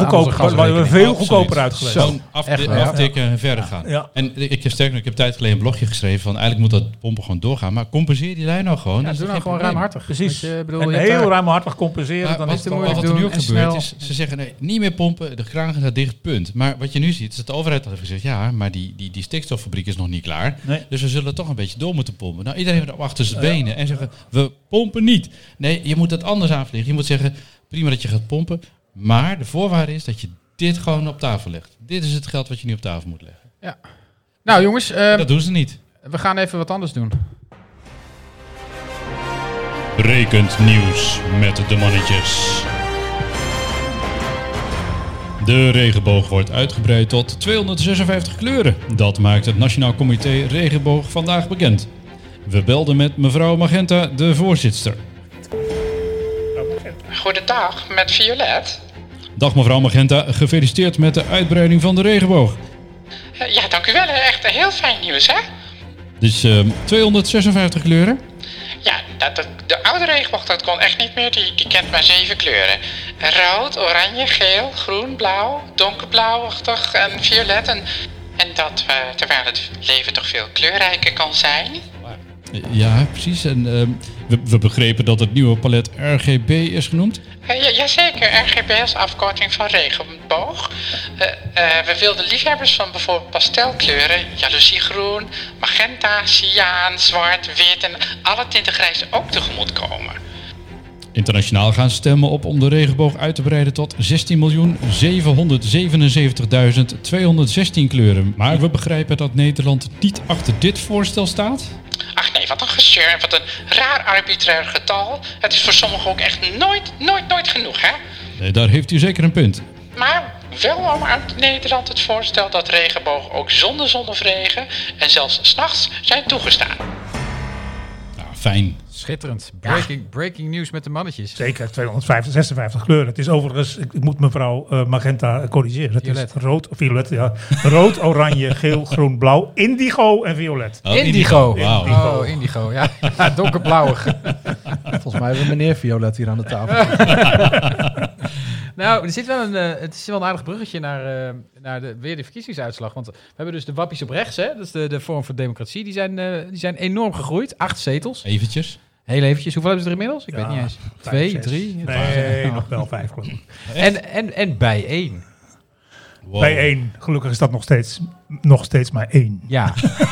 En waren we veel goedkoper uit geweest. Gewoon aftikken en verder gaan. Ja. En ik heb tijd geleden een blogje geschreven van eigenlijk moet dat pompen gewoon doorgaan. Maar compenseer die lijn nou gewoon. Ja, doe nou gewoon ruimhartig. Precies. En heel ruimhartig compenseren. Dan is het moeilijk. Wat er nu ook gebeurt is, ze zeggen nee, niet meer pompen, de kraan gaat dicht, punt. Maar wat je nu ziet is dat de overheid heeft gezegd, ja, maar die stikstoffabriek is nog niet klaar. Nee. Dus we zullen toch een beetje door moeten pompen. Nou, iedereen heeft achter zijn benen en zeggen, we pompen niet. Nee, je moet het anders aanvliegen. Je moet zeggen, prima dat je gaat pompen, maar de voorwaarde is dat je dit gewoon op tafel legt. Dit is het geld wat je nu op tafel moet leggen. Ja. Nou jongens. Dat doen ze niet. We gaan even wat anders doen. Rekend nieuws met de mannetjes. De regenboog wordt uitgebreid tot 256 kleuren. Dat maakt het Nationaal Comité Regenboog vandaag bekend. We belden met mevrouw Magenta, de voorzitster. Goedendag, met Violet. Dag mevrouw Magenta, gefeliciteerd met de uitbreiding van de regenboog. Ja, dank u wel. Echt heel fijn nieuws, hè? Dus 256 kleuren? Ja, de oude regenboog, dat kon echt niet meer. Die kent maar 7 kleuren. Rood, oranje, geel, groen, blauw, donkerblauwachtig en violet. En dat terwijl het leven toch veel kleurrijker kan zijn. Ja, precies. En we begrepen dat het nieuwe palet RGB is genoemd. Jazeker, RGB als afkorting van regenboog. We wilden liefhebbers van bijvoorbeeld pastelkleuren, jaloeziegroen, magenta, cyaan, zwart, wit en alle tinten grijs ook tegemoet komen. Internationaal gaan stemmen op om de regenboog uit te breiden tot 16.777.216 kleuren. Maar we begrijpen dat Nederland niet achter dit voorstel staat. Ach nee, wat een gezeur en wat een raar arbitrair getal. Het is voor sommigen ook echt nooit genoeg, hè? Nee, daar heeft u zeker een punt. Maar wel om uit Nederland het voorstel dat regenboog ook zonder zonnevregen en zelfs 's nachts zijn toegestaan. Nou, fijn. Schitterend. Breaking news met de mannetjes. Zeker, 256 kleuren. Het is overigens, ik moet mevrouw Magenta corrigeren. Het Violet. is violet, ja. Rood, oranje, geel, groen, blauw, indigo en violet. Oh, Indigo. Wauw. Oh, indigo. Ja, donkerblauwig. Volgens mij hebben we meneer Violet hier aan de tafel. Nou, het is wel een aardig bruggetje naar weer de verkiezingsuitslag. Want we hebben dus de wappies op rechts, hè? Dat is de Forum voor Democratie. Die zijn enorm gegroeid. 8 zetels. Eventjes. Heel eventjes. Hoeveel hebben ze er inmiddels? Ik weet niet eens. 2, 6. 3? Nee, nog wel 5 geloof ik. En bij 1. Wow. Bij 1. Gelukkig is dat nog steeds maar 1. Ja.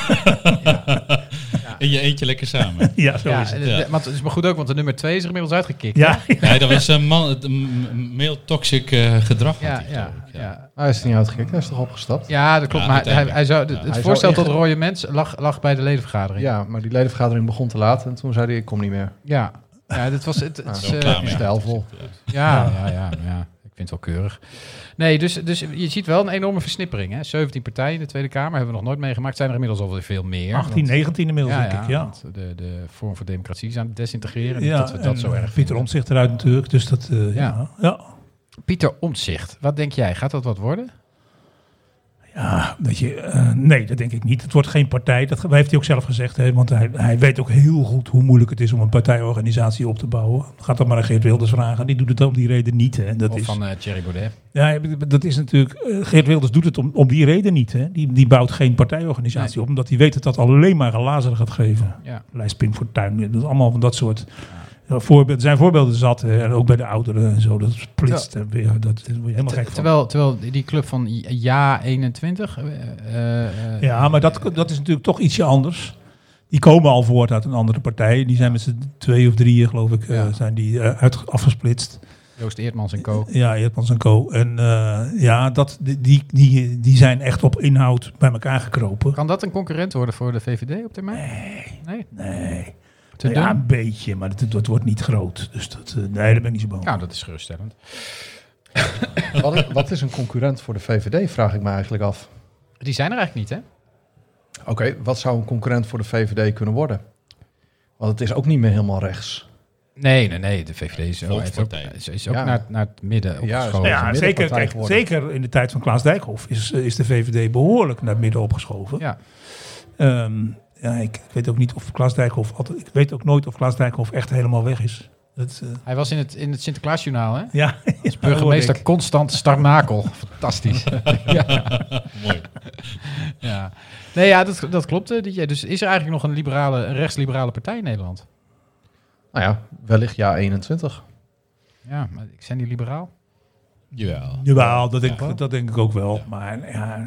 In je eentje lekker samen. Ja, zo Ja, is het. Ja. want het is maar goed ook, want de nummer 2 is er inmiddels uitgekikt. Ja, Nee, dat was male toxic gedrag. Ja, had hij, ja, geloof ik, ja. Hij is er niet uitgekikt, hij is toch opgestapt? Ja, dat klopt. Ja, Maar uiteindelijk. hij zou, het Hij voorstel zou tot rode mens lag bij de ledenvergadering. Ja, maar die ledenvergadering begon te laat en toen zei hij, ik kom niet meer. Ja, dit was het. Ah, is, zo klaar mee. Stijlvol. ja. Ik vind het wel keurig. Nee, dus je ziet wel een enorme versnippering. Hè? 17 partijen in de Tweede Kamer hebben we nog nooit meegemaakt. Zijn er inmiddels alweer veel meer. 18, 19 inmiddels denk ik, ja. Want de Forum voor Democratie is aan het desintegreren. Niet Ja, dat we dat zo erg Pieter vinden. Omtzigt eruit natuurlijk, dus dat, Ja. ja. Pieter Omtzigt, wat denk jij? Gaat dat wat worden? Ja, weet je, nee, dat denk ik niet. Het wordt geen partij, dat heeft hij ook zelf gezegd. Hè, want hij weet ook heel goed hoe moeilijk het is om een partijorganisatie op te bouwen. Gaat dat maar aan Geert Wilders vragen. Die doet het om die reden niet. Hè. Dat Of is, van Thierry Baudet? ja, dat is natuurlijk... Geert Wilders doet het om die reden niet. Hè. Die bouwt geen partijorganisatie op, omdat hij weet dat dat alleen maar glazen gaat geven. Ja. Lijst Pim Fortuyn, dat is allemaal van dat soort... Er zijn voorbeelden zat, en ook bij de ouderen en zo. Dat splitst en weer. Dat is helemaal gek van. Terwijl die club van Ja 21... Ja, maar dat is natuurlijk toch ietsje anders. Die komen al voort uit een andere partij. Die zijn met z'n 2 of 3, geloof ik, zijn die afgesplitst. Joost Eertmans en co. Ja, Eertmans en co. En die zijn echt op inhoud bij elkaar gekropen. Kan dat een concurrent worden voor de VVD op termijn? Nee. Te Ja, dun? een beetje, maar dat wordt niet groot. Dus nee, daar ben ik niet zo bang. Nou, dat is geruststellend. Wat is een concurrent voor de VVD, vraag ik me eigenlijk af. Die zijn er eigenlijk niet, hè? Oké, wat zou een concurrent voor de VVD kunnen worden? Want het is ook niet meer helemaal rechts. Nee. De VVD is ook Ja. naar het midden opgeschoven. Ja, een zeker, middenpartij kijk, geworden. zeker in de tijd van Klaas Dijkhoff is de VVD behoorlijk naar het midden opgeschoven. Ja. Ik weet ook niet of Klaas Dijkhoff ik weet ook nooit of Klaas Dijkhoff echt helemaal weg is. Hij was in het Sinterklaasjournaal, hè? Ja, Burgemeester Constant Starnakel. Fantastisch. Mooi. Ja. Nee, ja, dat klopt. Dus is er eigenlijk nog een rechtsliberale partij in Nederland? Nou ja, wellicht ja 21. Ja, maar zijn die liberaal? Jawel. dat denk ik ook wel. Maar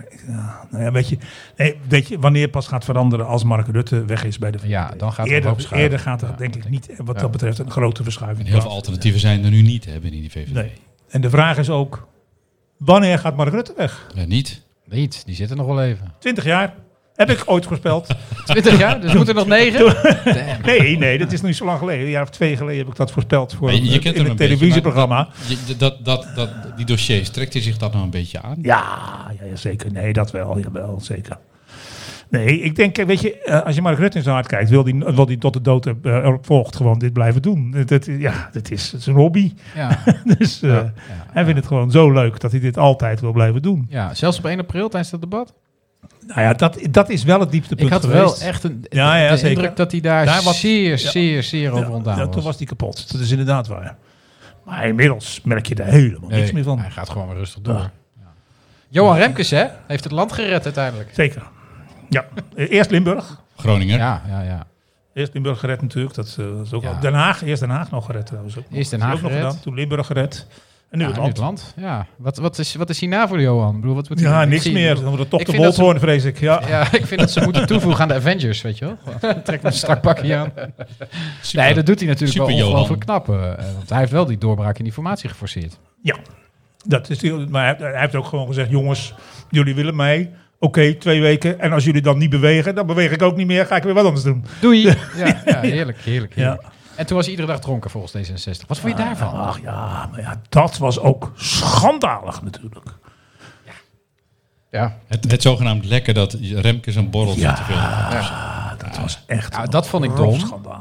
weet je, wanneer pas gaat veranderen als Mark Rutte weg is bij de VVD? Ja, dan gaat het ook schuiven. Eerder gaat er denk ik niet, wat dat betreft, een grote verschuiving. En heel veel plaats. alternatieven zijn er nu niet, hebben in die VVD. Nee. En de vraag is ook, wanneer gaat Mark Rutte weg? Niet. Niet, die zitten nog wel even. 20 jaar? Heb ik ooit voorspeld. 20 jaar, dus moeten er nog 9? Nee, dat is niet zo lang geleden. Een jaar of 2 geleden heb ik dat voorspeld voor Maar je kent in hem een een televisieprogramma. Die dossiers, trekt hij zich dat nou een beetje aan? Ja, zeker. Nee, dat wel. Jawel, zeker. Nee, ik denk, weet je, als je Mark Rutte in zijn hart kijkt, wil hij tot de dood erop volgt gewoon dit blijven doen. Dat is zijn hobby. Ja. Dus hij vindt het gewoon zo leuk dat hij dit altijd wil blijven doen. Ja, zelfs op 1 april tijdens dat debat. Nou ja, dat is wel het diepste punt Ik had geweest. wel echt de zeker. indruk dat hij daar was zeer over ontdaan was. Toen was hij kapot. Dat is inderdaad waar. Maar inmiddels merk je er helemaal niks meer van. Hij gaat gewoon weer rustig door. Ja. Johan Remkes, hè? Heeft het land gered uiteindelijk. Zeker. Ja, eerst Limburg. Groningen. Ja. Eerst Limburg gered natuurlijk. Dat is ook Ja. al. Den Haag. Eerst Den Haag nog gered trouwens. Ook. Eerst Den Dat Haag is ook nog gered. gedaan. Toen Limburg gered. En nu Ja, het land. Ja. Wat is hierna voor Johan? Ik bedoel, wat moet hij Ja, doen? niks Ik zie- meer. Dan wordt het toch ik de vind dat ze- Wolthoorn, vrees ik. Ja. Ja, ik vind dat ze moeten toevoegen aan de Avengers, weet je wel. Trek met een strak pakje aan. Super. Nee, dat doet hij natuurlijk Super wel Johan. ongelooflijk knap. Want hij heeft wel die doorbraak in die formatie geforceerd. Ja. Dat is maar hij heeft ook gewoon gezegd, jongens, jullie willen mij. Oké, 2 weken. En als jullie dan niet bewegen, dan beweeg ik ook niet meer. Ga ik weer wat anders doen. Doei! Ja, heerlijk. Ja. En toen was hij iedere dag dronken volgens D66. Wat vond je daarvan? Ach ja, maar ja, dat was ook schandalig natuurlijk. Ja, Het zogenaamd lekker dat Remkes een borreltje te veel had. Dat was echt Ja, dat vond ik een dom. schandaal.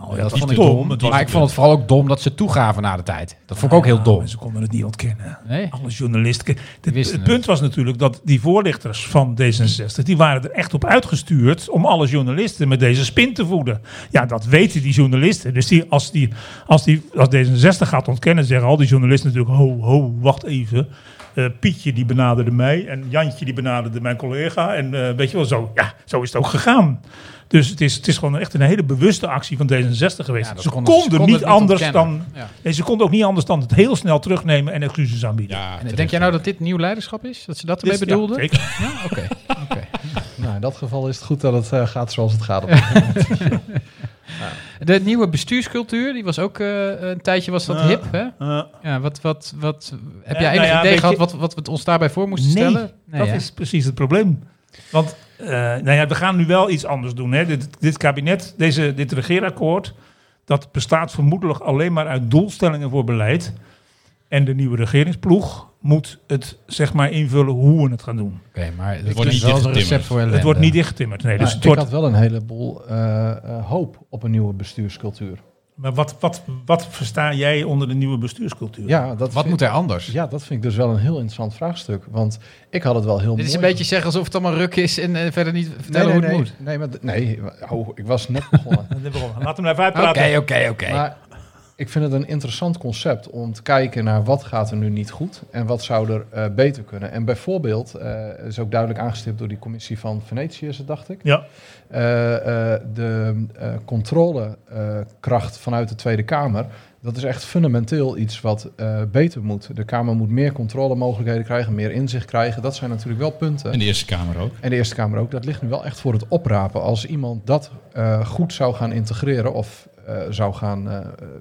Nou, dat was vond ik dom. dom. Maar ik vond het vooral ook dom dat ze toegaven na de tijd. Dat vond ik ook heel dom. En ze konden het niet ontkennen. Nee? Alle journalisten. wisten Het punt was natuurlijk dat die voorlichters van D66... die waren er echt op uitgestuurd om alle journalisten met deze spin te voeden. Ja, dat weten die journalisten. Dus als D66 gaat ontkennen, zeggen al die journalisten natuurlijk... ho, wacht even... Pietje die benaderde mij en Jantje die benaderde mijn collega. En weet je wel, zo is het ook gegaan. Dus het is gewoon echt een hele bewuste actie van D66 geweest. Ja, ze konden niet anders dan... Ja. Nee, ze konden ook niet anders dan het heel snel terugnemen en excuses aanbieden. Ja, En denk jij nou dat dit nieuw leiderschap is? Dat ze dat ermee bedoelden? Ja, zeker. Ja, oké. Nou, in dat geval is het goed dat het gaat zoals het gaat. De nieuwe bestuurscultuur, die was ook een tijdje was dat hip, hè? Ja, wat heb jij enig idee gehad wat we ons daarbij voor moesten stellen? Nee, dat is precies het probleem. Want we gaan nu wel iets anders doen. Hè? Dit kabinet, dit regeerakkoord, dat bestaat vermoedelijk alleen maar uit doelstellingen voor beleid. En de nieuwe regeringsploeg moet het zeg maar invullen hoe we het gaan doen. Oké, maar het wordt is niet wel een dichtgetimmerd. recept voor ellende. Het wordt niet dichtgetimmerd. Nee, dus Ik had wel een heleboel hoop op een nieuwe bestuurscultuur. Maar wat versta jij onder de nieuwe bestuurscultuur? Ja, Wat moet er anders? Ja, dat vind ik dus wel een heel interessant vraagstuk. Want ik had het wel heel mooi... Dit is een beetje zeggen alsof het allemaal ruk is en verder niet vertellen hoe het moet. Ik was net begonnen. Laat hem even uitpraten. Oké. Maar ik vind het een interessant concept om te kijken naar wat gaat er nu niet goed en wat zou er beter kunnen. En bijvoorbeeld, is ook duidelijk aangestipt door die commissie van Venetië, is het, dacht ik. Ja. De controlekracht vanuit de Tweede Kamer, dat is echt fundamenteel iets wat beter moet. De Kamer moet meer controlemogelijkheden krijgen, meer inzicht krijgen. Dat zijn natuurlijk wel punten. En de Eerste Kamer ook. En de Eerste Kamer ook. Dat ligt nu wel echt voor het oprapen. Als iemand dat goed zou gaan integreren of zou gaan,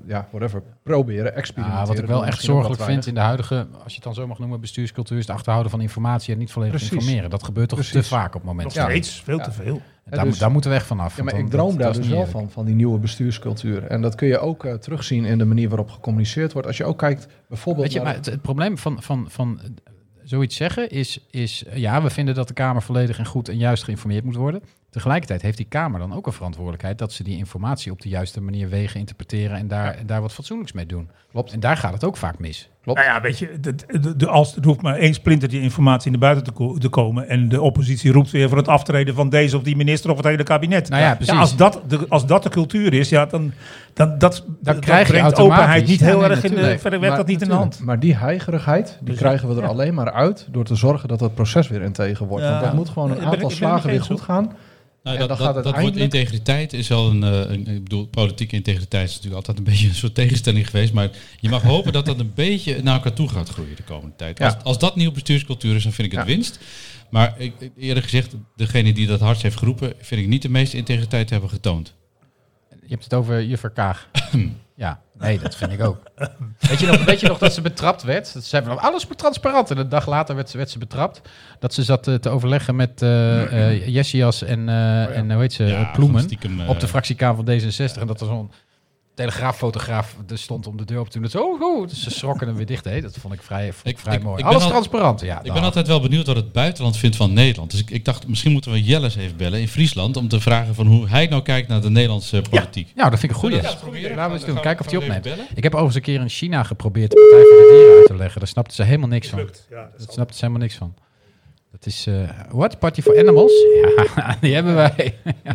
proberen, experimenteren. Wat ik wel echt zorgelijk vind in de huidige, als je het dan zo mag noemen, bestuurscultuur, is het achterhouden van informatie en niet volledig informeren. Dat gebeurt toch te vaak op het moment. Nog steeds, veel te veel. Daar moeten we echt vanaf. Ja, maar ik droom daar dus wel van die nieuwe bestuurscultuur. En dat kun je ook terugzien in de manier waarop gecommuniceerd wordt. Als je ook kijkt, bijvoorbeeld... Weet je, maar het probleem van zoiets zeggen is, ja, we vinden dat de Kamer volledig en goed en juist geïnformeerd moet worden. Tegelijkertijd heeft die Kamer dan ook een verantwoordelijkheid dat ze die informatie op de juiste manier wegen, interpreteren en daar wat fatsoenlijks mee doen. Klopt. En daar gaat het ook vaak mis. Klopt. Nou ja, weet je, er hoeft maar één splintertje informatie naar buiten te komen en de oppositie roept weer voor het aftreden van deze of die minister of het hele kabinet. Nou ja, precies. Ja, als dat de cultuur is, ja, dan krijg je brengt openheid niet heel erg in de... Verder werkt dat niet in de hand. Maar die heigerigheid, die krijgen we er alleen maar uit door te zorgen dat het proces weer integer wordt. Ja. Want dat moet gewoon een aantal slagen weer goed gaan. Nou, dan gaat het dat woord integriteit is al ik bedoel, politieke integriteit is natuurlijk altijd een beetje een soort tegenstelling geweest. Maar je mag hopen dat dat een beetje naar elkaar toe gaat groeien de komende tijd. Ja. Als dat nieuwe bestuurscultuur is, dan vind ik het winst. Maar eerder gezegd, degene die dat hardst heeft geroepen, vind ik niet de meeste integriteit hebben getoond. Je hebt het over Juffer Kaag. Ja, nee, dat vind ik ook. Weet je nog dat ze betrapt werd? Dat zei van, alles transparant. En een dag later werd ze betrapt. Dat ze zat te overleggen met Jessias en hoe heet ze, Ploemen. Stiekem, op de fractiekamer van D66. En dat er zo'n telegraaffotograaf stond om de deur op te doen. Dus ze schrokken hem weer dicht. Hè? Dat vond ik vrij mooi. Alles transparant. Ja, ik ben altijd wel benieuwd wat het buitenland vindt van Nederland. Dus ik dacht, misschien moeten we Jelles even bellen in Friesland om te vragen van hoe hij nou kijkt naar de Nederlandse politiek. Ja, dat vind ik een goeie. Laten we Laten we eens doen. Kijken of hij opneemt. bellen. Ik heb overigens een keer in China geprobeerd de Partij voor de Dieren uit te leggen. Daar snapte ze helemaal niks van. Daar snapte ze helemaal niks van. Dat is, what? Party for Animals? Ja, die hebben wij.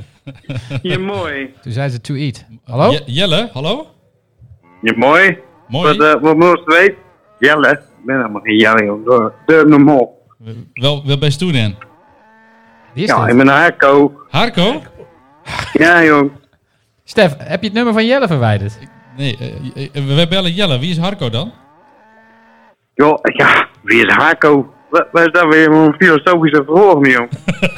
Ja, mooi. Toen zei ze to eat. Hallo? Jelle, hallo? Ja, mooi. Mooi. Wat moest je weten? Jelle. Ik ben helemaal geen Jelle, joh. Durf hem op. Wel bij Stoen in. Wie is Ja, dit? ik ben Harco. Harco? Ja, jong. Stef, heb je het nummer van Jelle verwijderd? Nee, we bellen Jelle. Wie is Harco dan? Joh, ja, wie is Harco? Wat is dat weer een filosofische vraag, jong?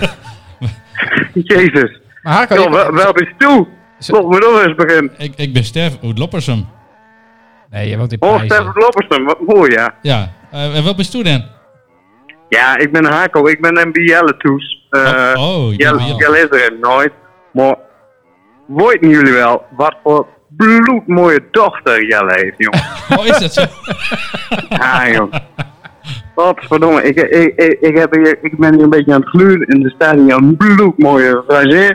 Jezus. Maar Harco, Joh, wel eens toe. Volg me nog eens beginnen. Ik ben Stef uit Loppersum. nee, je woont in Oh, Prijzen. Stefan Loppersen, wat mooi, ja. Ja, en wat ben je dan? Ja, ik ben Harco. Ik ben een Jelle toes. Jelle is er nooit. Maar weten jullie wel wat voor bloedmooie dochter Jelle heeft, jong? Oh, is dat zo? Ja, jong. Godverdomme, ik ben hier een beetje aan het gluren en er staat hier een bloedmooie fraseer.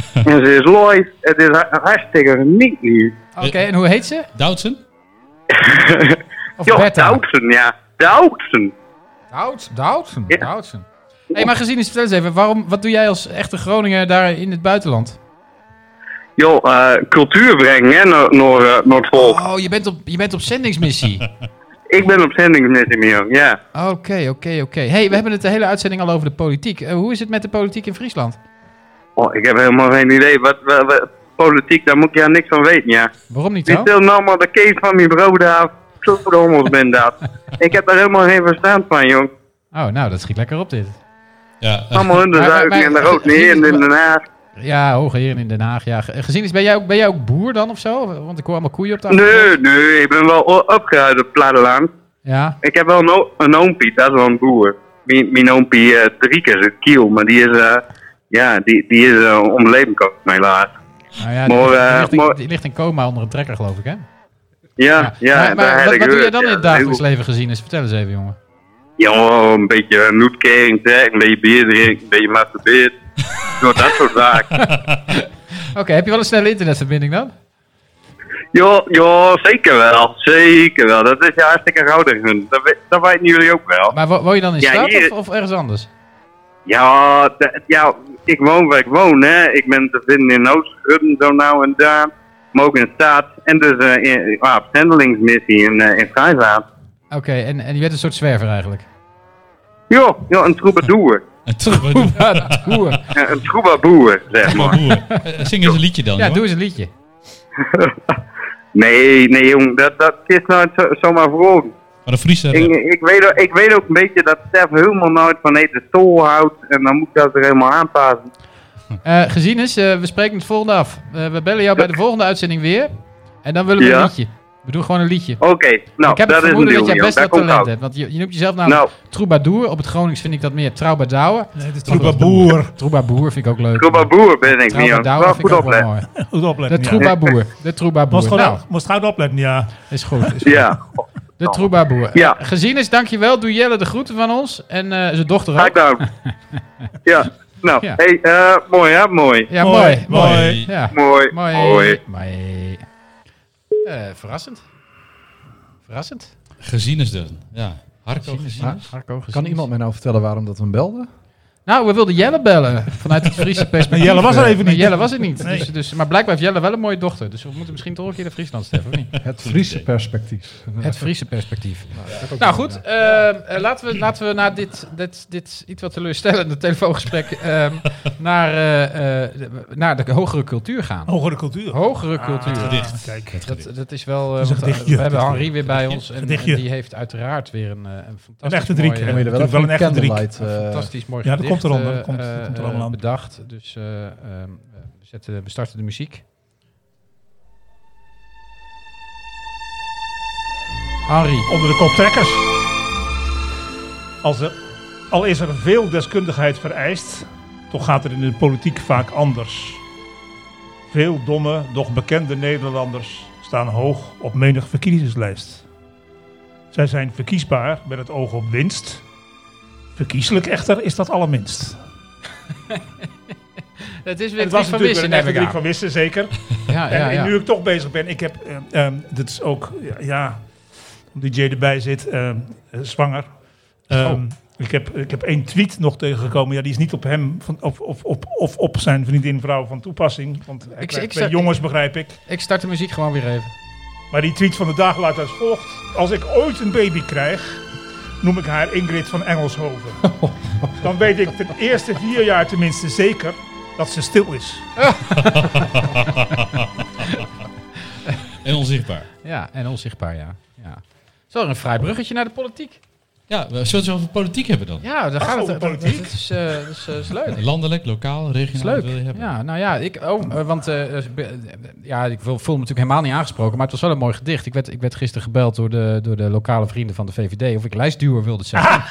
En ze is live. Het is hartstikke niet nieuw. Oké, en hoe heet ze? Doutzen? Of Ja, Bertha? Doutzen, ja. Doutzen. Doutzen. Ja. Doutzen. Hey, maar gezien is, vertel eens even, wat doe jij als echte Groninger daar in het buitenland? Joh, cultuur brengen, hè, naar het volk. Oh, je bent op zendingsmissie. Ik ben op zendingsmissie, mijn jong, ja. Oké. Hey, we hebben het de hele uitzending al over de politiek. Hoe is het met de politiek in Friesland? Oh, ik heb helemaal geen idee. Wat politiek, daar moet ik ja niks van weten, ja. Waarom niet Ik zo? stel nou maar de kees van mijn brood af. Zo de hommels ben dat. Ik heb daar helemaal geen verstand van, jong. Oh, nou, dat schiet lekker op dit. Ja, Allemaal hunderzuigen en de rood neer en in Den Haag. Ja, hoge heren in Den Haag. Ja. Gezien is, ben jij ook boer dan of zo? Want ik hoor allemaal koeien op de achtergrond. Nee, ik ben wel opgeruimd op het platteland. Ja. Ik heb wel een oompie, dat is wel een boer. Mijn oompie 3 keer het kiel, maar die is om leven gekomen, helaas. Nou ja, die ligt in coma onder een trekker, geloof ik, hè? Ja, maar wat doe jij dan in het dagelijks leven gezien is? Vertel eens even, jongen. Ja, een beetje noetkering, een beetje bier drinken, een beetje masturberen. Door dat soort zaken. Oké, heb je wel een snelle internetverbinding dan? Ja, zeker wel. Zeker wel. Dat is ja hartstikke goudig. Dat weten jullie ook wel. Maar woon je dan in stad hier... of ergens anders? Ja, ik woon waar ik woon, hè. Ik ben te vinden in Oost-Gudden, zo nou en daar. Maar ook in de stad. En dus op zendelingsmissie in Vrijzaad. Oké, en je bent een soort zwerver eigenlijk? Ja, een troubadour. Een troubadour. Een troubadour, zeg maar. Zing eens een liedje dan. Ja, joh. doe eens een liedje. Nee, jong, dat is nou zomaar voor. Maar de Friese... Ik weet ook een beetje dat Stef helemaal nooit van eten tol houdt. En dan moet ik dat er helemaal aanpassen. Gezien is, we spreken het volgende af. We bellen jou bij de volgende uitzending weer. En dan willen we een liedje. We doen gewoon een liedje. Oké, nou, ik heb dat het is een vermoeden deal, dat jij best wat talent out. hebt. Want je noemt jezelf namelijk troubadour. Op het Gronings vind ik dat meer troubadour. Nee, het is troubadour. Troubadour vind ik ook leuk. Troubadour ben ik niet. Troubadour vind ik ook wel mooi. Goed opletten. De troubadour. De troubadour. Moest goed opletten, ja. Is goed. Ja. De troubadour. Ja. Gezien is, dankjewel. Doe Jelle de groeten van ons. En zijn dochter ook. Ga ik dan. Ja. Nou, Ja. hey, mooi hè, mooi. Ja, mooi. Mooi. Ja. Mooi. Mooi. Verrassend. Gezien is dat. Ja. Harko gezien. Kan iemand mij nou vertellen waarom dat we hem belden? Nou, we wilden Jelle bellen. Vanuit het Friese perspectief. Maar Jelle was er even Maar niet. Jelle was er niet. Nee. Dus, maar blijkbaar heeft Jelle wel een mooie dochter. Dus we moeten misschien toch een keer naar Friesland, Stef, of niet? Het Friese perspectief. Het Friese perspectief. Nou goed, laten we na dit iets wat teleurstellende telefoongesprek naar de hogere cultuur gaan. Hogere cultuur. Hogere cultuur. Gedicht. Kijk. Dat is wel... is een want, gedichtje. we hebben Henri weer bij ons. En Gedichtje. die heeft uiteraard weer een fantastisch Een echte drie. mooi... Dan Moet je er wel wel een even echte een drie. candlelight... fantastisch mooi Ja, dat gedicht, komt eronder. Dat komt er allemaal aan. bedacht. Dus we starten de muziek. Henri. Onder de kop trekkers. Al is er veel deskundigheid vereist, toch gaat het in de politiek vaak anders. Veel domme, doch bekende Nederlanders staan hoog op menig verkiezingslijst. Zij zijn verkiesbaar met het oog op winst. Verkieslijk echter is dat allerminst. Het is weer Het was natuurlijk weer een echte Driek van van Wissen, zeker. En nu ik toch bezig ben, ik heb, dit is ook, omdat DJ erbij zit, zwanger. Ik heb 1 tweet nog tegengekomen. Ja, die is niet op hem of op zijn vriendin, vrouw van toepassing. Want hij krijgt 2 jongens, begrijp ik. Ik start de muziek gewoon weer even. Maar die tweet van de dag luidt als volgt. Als ik ooit een baby krijg, noem ik haar Ingrid van Engelshoven. Dan weet ik ten eerste 4 jaar tenminste zeker dat ze stil is. En onzichtbaar. Ja, en onzichtbaar, ja. Zo, een vrij bruggetje naar de politiek. Ja, zullen we het over politiek hebben dan? Ja, daar gaat het. politiek. Dat is leuk. Landelijk, lokaal, regionaal, Is leuk. wat wil je hebben? Ja, nou ja, ik voel me natuurlijk helemaal niet aangesproken, maar het was wel een mooi gedicht. Ik werd gisteren gebeld door de lokale vrienden van de VVD of ik lijstduwer wilde zijn.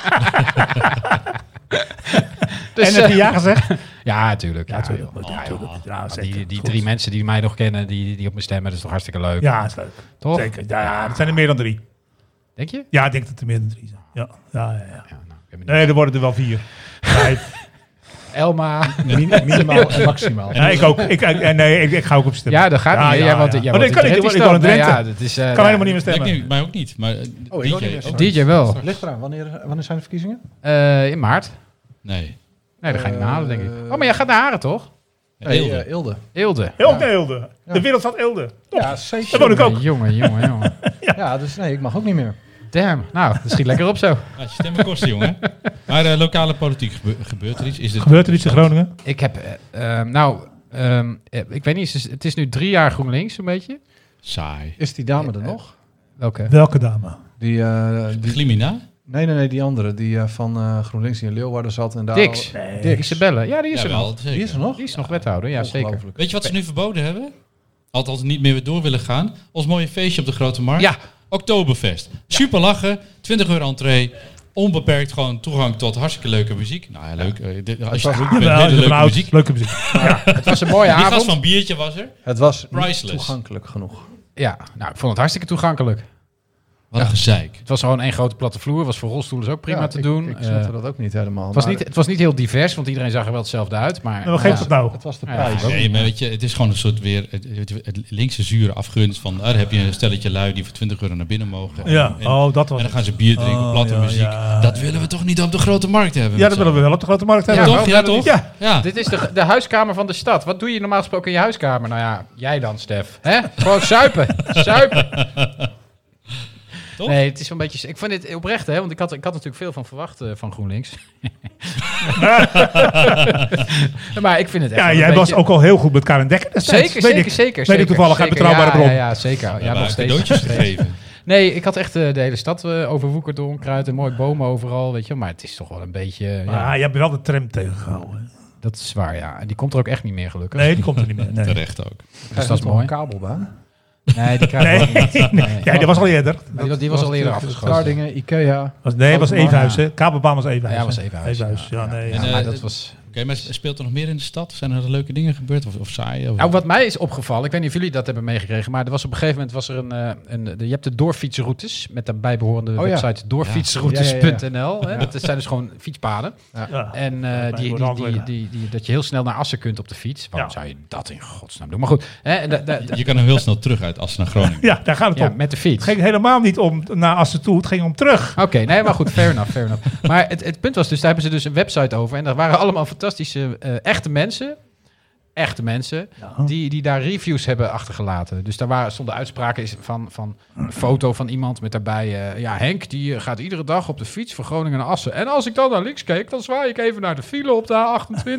Dus, en heb je ja gezegd? Ja, natuurlijk. Die 3 mensen die mij nog kennen, die op me stemmen, dat is toch hartstikke leuk. Ja, dat is leuk. Toch? Zeker. Ja, dat zijn er meer dan 3. Denk je? Ja, ik denk dat er meer dan 3 zijn. Ja. Nou, ik heb het niet. Nee, er worden er wel 4. 5. Elma. Minimaal en maximaal. Ja, ik ook. Ik ga ook op stemmen. Ja, dat gaat niet. Ja. Want dat kan ik woon in Drenthe. Ja, dat is, kan helemaal niet meer stemmen. Ik mij ook niet, maar DJ wel. Ligt eraan. Wanneer zijn de verkiezingen? In maart. Nee, dat ga je niet meer halen, denk ik. Oh, maar jij gaat naar Haren, toch? Nee, Eelde. Eelde. Eelde. De Wereldstad Eelde. Top. Ja, zeker. Daar woon ik ook. Jongen. Ja, dus nee, ik mag ook niet meer. Damn. Nou, dat schiet lekker op zo. Ja, stemmen kosten, jongen. Maar lokale politiek gebeurt er iets? Gebeurt er iets in Groningen? Ik heb... ik weet niet, het is nu 3 jaar GroenLinks, zo'n beetje. Saai. Is die dame er nog? Welke dame? Die Glimina? Nee, die andere. Die van GroenLinks die in Leeuwarden zat. En daar Dix. Isabelle. Ja, die is er nog. Die is er nog? Die is nog wethouder, ja zeker. Weet je wat ze nu verboden hebben? Althans niet meer door willen gaan. Ons mooie feestje op de Grote Markt. Ja. Oktoberfest. Super lachen. €20 entree. Onbeperkt gewoon toegang tot hartstikke leuke muziek. Nou ja, leuk. Als je goed bent, hele leuke muziek. Leuke muziek. Ja, het was een mooie avond. Die gast van biertje was er. Het was priceless. Toegankelijk genoeg. Ja, nou, ik vond het hartstikke toegankelijk. Wat een gezeik. Het was gewoon één grote platte vloer. Was voor rolstoelers ook prima te doen. Ik snapte dat ook niet helemaal. Het was niet heel divers, want iedereen zag er wel hetzelfde uit. Maar wat geeft het nou? Het was de prijs. Nee, maar weet je, het is gewoon een soort weer het linkse zure afgunst van daar heb je een stelletje lui die voor €20 naar binnen mogen. Ja, dat was. En dan gaan ze bier drinken, platte muziek. Ja. Dat willen we toch niet op de Grote Markt hebben? Ja, dat willen we wel op de Grote Markt hebben. Ja, toch? Ja. Dit is de huiskamer van de stad. Wat doe je normaal gesproken in je huiskamer? Nou ja, jij dan, Stef. Hè? Gewoon zuipen. Toch? Nee, het is wel een beetje... Ik vind het oprecht, hè? Want ik had natuurlijk veel van verwacht van GroenLinks. Maar ik vind het echt... Ja, jij was ook al heel goed met Karen Dekker destijds. Zeker. Weet ik toevallig uit betrouwbare bron. Ja, zeker. Ja, nog steeds. Cadeautjes gegeven. Nee, ik had echt de hele stad overwoekerd door onkruid en mooie bomen overal, weet je. Maar het is toch wel een beetje... je hebt wel de tram tegengehouden. Dat is waar, ja. En die komt er ook echt niet meer, gelukkig. Nee, die komt er niet meer. Nee. Terecht ook. Dus dat is mooi. Een kabelbaan? Nee, die krijg ik niet. Nee. Ja, die was al eerder. Die was al eerder afgeschoten. Stardingen, Ikea. Het was Evenhuis, hè? Kabelbaan was Evenhuis. Ja, was Evenhuis. Ja, nee. En, maar dat was... Oké, maar speelt er nog meer in de stad? Zijn er leuke dingen gebeurd of saai? Of... Nou, wat mij is opgevallen, ik weet niet of jullie dat hebben meegekregen, maar er was op een gegeven moment je hebt de doorfietsroutes met de bijbehorende website doorfietsroutes.nl. Dat zijn dus gewoon fietspaden. Ja. En dat je heel snel naar Assen kunt op de fiets. Waarom zou je dat in godsnaam doen? Maar goed. Je kan er heel snel terug uit Assen naar Groningen. Ja, daar gaat het om. Met de fiets. Het ging helemaal niet om naar Assen toe, het ging om terug. Oké, nee, maar goed, fair enough. Maar het punt was dus, daar hebben ze dus een website over en daar waren allemaal fantastische echte mensen die daar reviews hebben achtergelaten. Dus daar stonden uitspraken van een foto van iemand met daarbij... Henk die gaat iedere dag op de fiets van Groningen naar Assen. En als ik dan naar links keek, dan zwaai ik even naar de file op de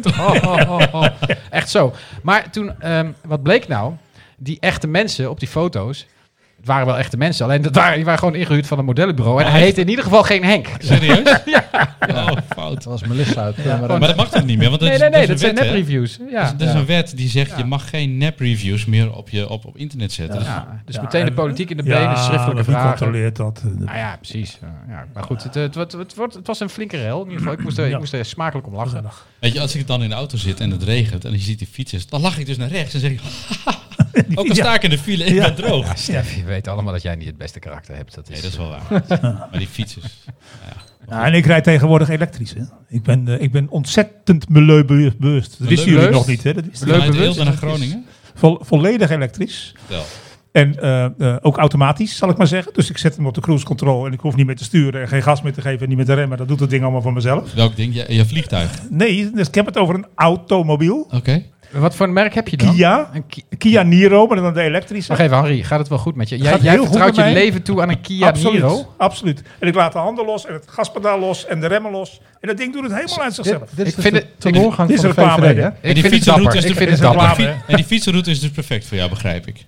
A28. Echt zo. Maar toen, wat bleek nou? Die echte mensen op die foto's... Het waren wel echte mensen, alleen die waren gewoon ingehuurd van een modellenbureau. En hij heette in ieder geval geen Henk. Serieus? Ja. Oh, fout. Dat was Melissa uit. Maar dat mag toch niet meer? Want dat zijn nepreviews. Ja. Dat is een wet die zegt, je mag geen nepreviews meer op internet zetten. Ja. Dus meteen de politiek in de benen, schriftelijke vragen. Wie controleert dat? Nou ja, precies. Maar goed, het was een flinke rel. In ieder geval, ik moest er smakelijk om lachen. Weet je, als ik dan in de auto zit en het regent en je ziet die fietsers, dan lach ik dus naar rechts en zeg ik... Ook al sta ik in de file, ik ben droog. Ja, Stef, je weet allemaal dat jij niet het beste karakter hebt. Dat is wel waar. Maar die fietsers... En ik rijd tegenwoordig elektrisch. Hè. Ik ben ontzettend milieubewust. Dat wisten jullie nog niet. Hè. Dat vanuit Eelde naar Groningen? Volledig elektrisch. Vertel. En ook automatisch, zal ik maar zeggen. Dus ik zet hem op de cruise control en ik hoef niet meer te sturen en geen gas meer te geven en niet meer te remmen. Dat doet het ding allemaal van mezelf. Welk ding? Je vliegtuig? Nee, dus ik heb het over een automobiel. Oké. Wat voor een merk heb je dan? Kia Niro, maar dan de elektrische. Wacht even, Henri, gaat het wel goed met je? Jij vertrouwt je leven toe aan een Kia Niro? Absoluut. En ik laat de handen los en het gaspedaal los en de remmen los. En dat ding doet het helemaal uit zichzelf. Dit is de tenorgang van de VVD, hè? En die fietsenroute En die fietsenroute is dus perfect voor jou, begrijp ik.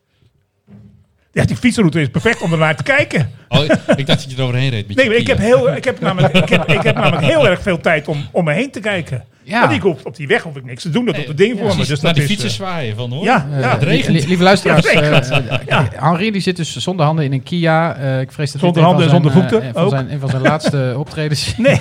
Ja, die fietsenroute is perfect om ernaar te kijken. Oh, ik dacht dat je er overheen reed. Nee, ik heb namelijk heel erg veel tijd om me heen te kijken. Ja. Want ik op die weg hoef ik niks te doen. Dat doet het ding voor me. Dus naar die fietsen zwaaien van hoor. Ja, het regent. Lieve luisteraars, Henri die zit dus zonder handen in een Kia. Ik vrees dat zonder handen en zonder voeten. Een van zijn laatste optredens. Nee,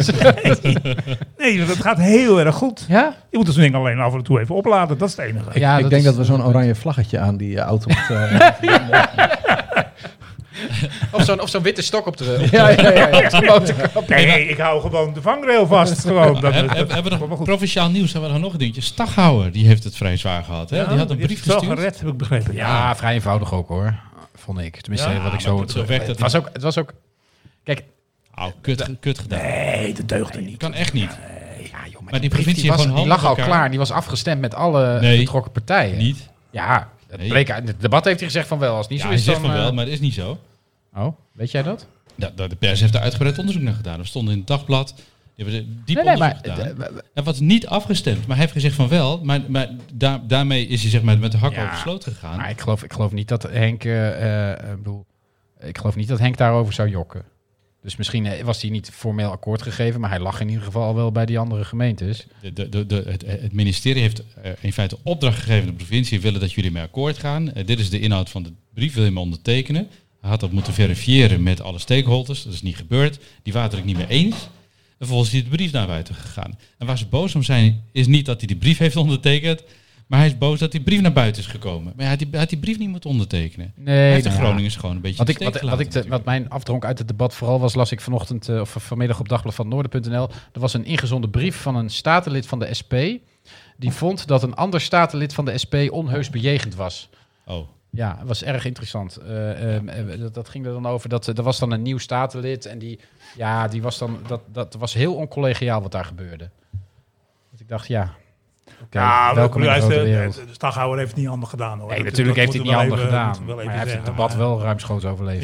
dat gaat heel erg goed. Ja? Je moet zo'n ding alleen af en toe even opladen. Dat is het enige. Ik denk dat we zo'n oranje vlaggetje aan die auto moeten... Of zo'n witte stok op de motorkap. Nee, ik hou gewoon de vangrail vast. Gewoon. Hebben we nog provinciaal nieuws? Hebben we nog een dingetje? Staghouwer, die heeft het vrij zwaar gehad. Hè? Ja, die had een brief gestuurd. wel gered, heb ik begrepen. Ja, vrij eenvoudig ook hoor. Vond ik. Tenminste, wat ik zo... Het was ook... Kijk... Kut gedaan. Nee, dat deugde niet. Kan echt niet. Ja, joh, maar die provincie die lag al klaar. Die was afgestemd met alle betrokken partijen. Niet. Ja, het bleek uit het debat heeft hij gezegd van wel. Als het niet zo is, hij zegt van wel, maar dat is niet zo. Oh, weet jij dat? Ja, de pers heeft er uitgebreid onderzoek naar gedaan. We stonden in het dagblad. Die hebben er diep onderzoek gedaan. Het was niet afgestemd, maar hij heeft gezegd van wel. Maar daarmee is hij zeg maar met de hak over de sloot gegaan. Maar ik geloof niet dat Henk... ik geloof niet dat Henk daarover zou jokken. Dus misschien was hij niet formeel akkoord gegeven, maar hij lag in ieder geval al wel bij die andere gemeentes. Het ministerie heeft in feite opdracht gegeven aan de provincie. Willen dat jullie mee akkoord gaan. Dit is de inhoud van de brief, wil je me ondertekenen? Hij had dat moeten verifiëren met alle stakeholders. Dat is niet gebeurd. Die waren het er niet mee eens. En vervolgens is de brief naar buiten gegaan. En waar ze boos om zijn, is niet dat hij die brief heeft ondertekend. Maar hij is boos dat die brief naar buiten is gekomen. Maar hij had die brief niet moeten ondertekenen. Nee, hij heeft de Groningers gewoon een beetje wat mijn afdronk uit het debat vooral was, las ik vanochtend of vanmiddag op Dagblad van Noorden.nl. Er was een ingezonden brief van een statenlid van de SP. Die vond dat een ander statenlid van de SP onheus bejegend was. Oh. Ja, het was erg interessant. Dat ging er dan over. Er was dan een nieuw statenlid. En die was dan. Dat was heel oncollegiaal wat daar gebeurde. Dus ik dacht, ja. Welkom in de grote wereld. De Staghouwer heeft het niet handig gedaan hoor. Nee, natuurlijk heeft hij het niet handig gedaan. Maar hij heeft het debat wel ruimschoots overleefd.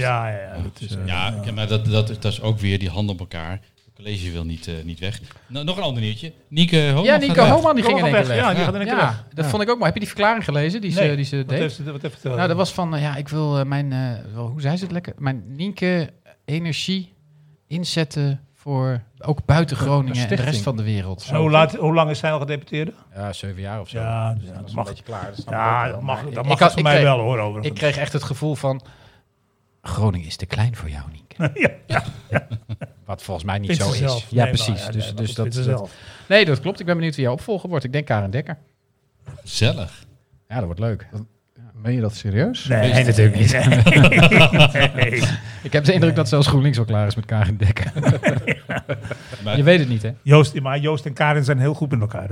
Maar dat is ook weer die hand op elkaar. Het college wil niet weg. Nog een ander nieuwtje. Nieke Hooman. Ja, Nieke Hooman die ging in één keer weg. Ja, die gaat in één keer weg. Dat vond ik ook mooi. Heb je die verklaring gelezen die ze deed? Wat heeft het? Nou, dat was van, ik wil mijn, hoe zei ze het lekker? Mijn Nienke energie inzetten voor ook buiten Groningen en de rest van de wereld. Hoe lang is zij al gedeputeerde? Ja, 7 jaar of zo. Ja, dat is een beetje klaar. Dat mag voor mij wel hoor. Overigens. Ik kreeg echt het gevoel van, Groningen is te klein voor jou, Nienke. ja. Wat volgens mij niet Vindt zo is. Zelf. Ja, precies. Nee, dat klopt. Ik ben benieuwd wie jouw opvolger wordt. Ik denk Karen Dekker. Gezellig. Ja, dat wordt leuk. Meen je dat serieus? Nee, natuurlijk niet. Nee. Ik heb de indruk dat zelfs GroenLinks al klaar is met Karen Dekker. Je weet het niet, hè? Joost en Karen zijn heel goed met elkaar.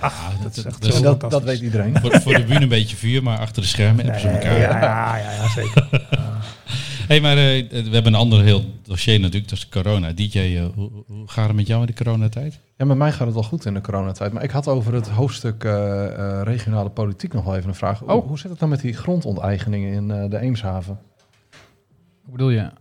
Dat weet iedereen. Voor de bühne een beetje vuur, maar achter de schermen hebben ze elkaar. Ja, zeker. Hey, maar we hebben een ander heel dossier natuurlijk, dat is corona. DJ, hoe gaat het met jou in de coronatijd? Ja, met mij gaat het wel goed in de coronatijd. Maar ik had over het hoofdstuk regionale politiek nog wel even een vraag. Hoe zit het dan met die grondonteigeningen in de Eemshaven? Hoe bedoel je?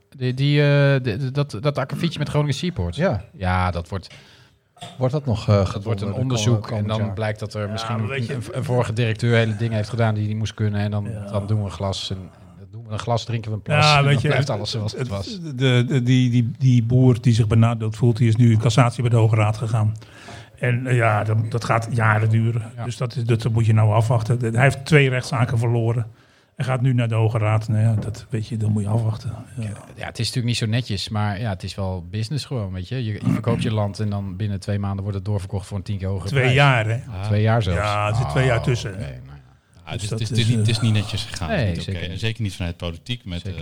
Dat akkefietje met Groningen Seaport? Ja, dat wordt... Wordt dat nog dat wordt een onderzoek en dan blijkt dat er misschien een vorige directeur hele dingen heeft gedaan die moest kunnen. En dan doen we een glas en doen we een glas, drinken we een plas. Ja, weet je, blijft alles zoals het was. Die boer die zich benadeeld voelt, die is nu in cassatie bij de Hoge Raad gegaan. En dat gaat jaren duren. Ja. Dus dat moet je nou afwachten. Hij heeft 2 rechtszaken verloren. Hij gaat nu naar de Hoge Raad. Nou ja, dat weet je, dan moet je afwachten. Ja, het is natuurlijk niet zo netjes, maar ja, het is wel business gewoon, weet je. Je verkoopt je land en dan binnen 2 maanden wordt het doorverkocht voor een 10 keer hogere 2 jaar, hè? 2 jaar zelfs. Ja, er zit 2 jaar tussen. Okay, nou ja. Het is niet netjes gegaan. Nee, niet zeker niet. En zeker niet vanuit politiek.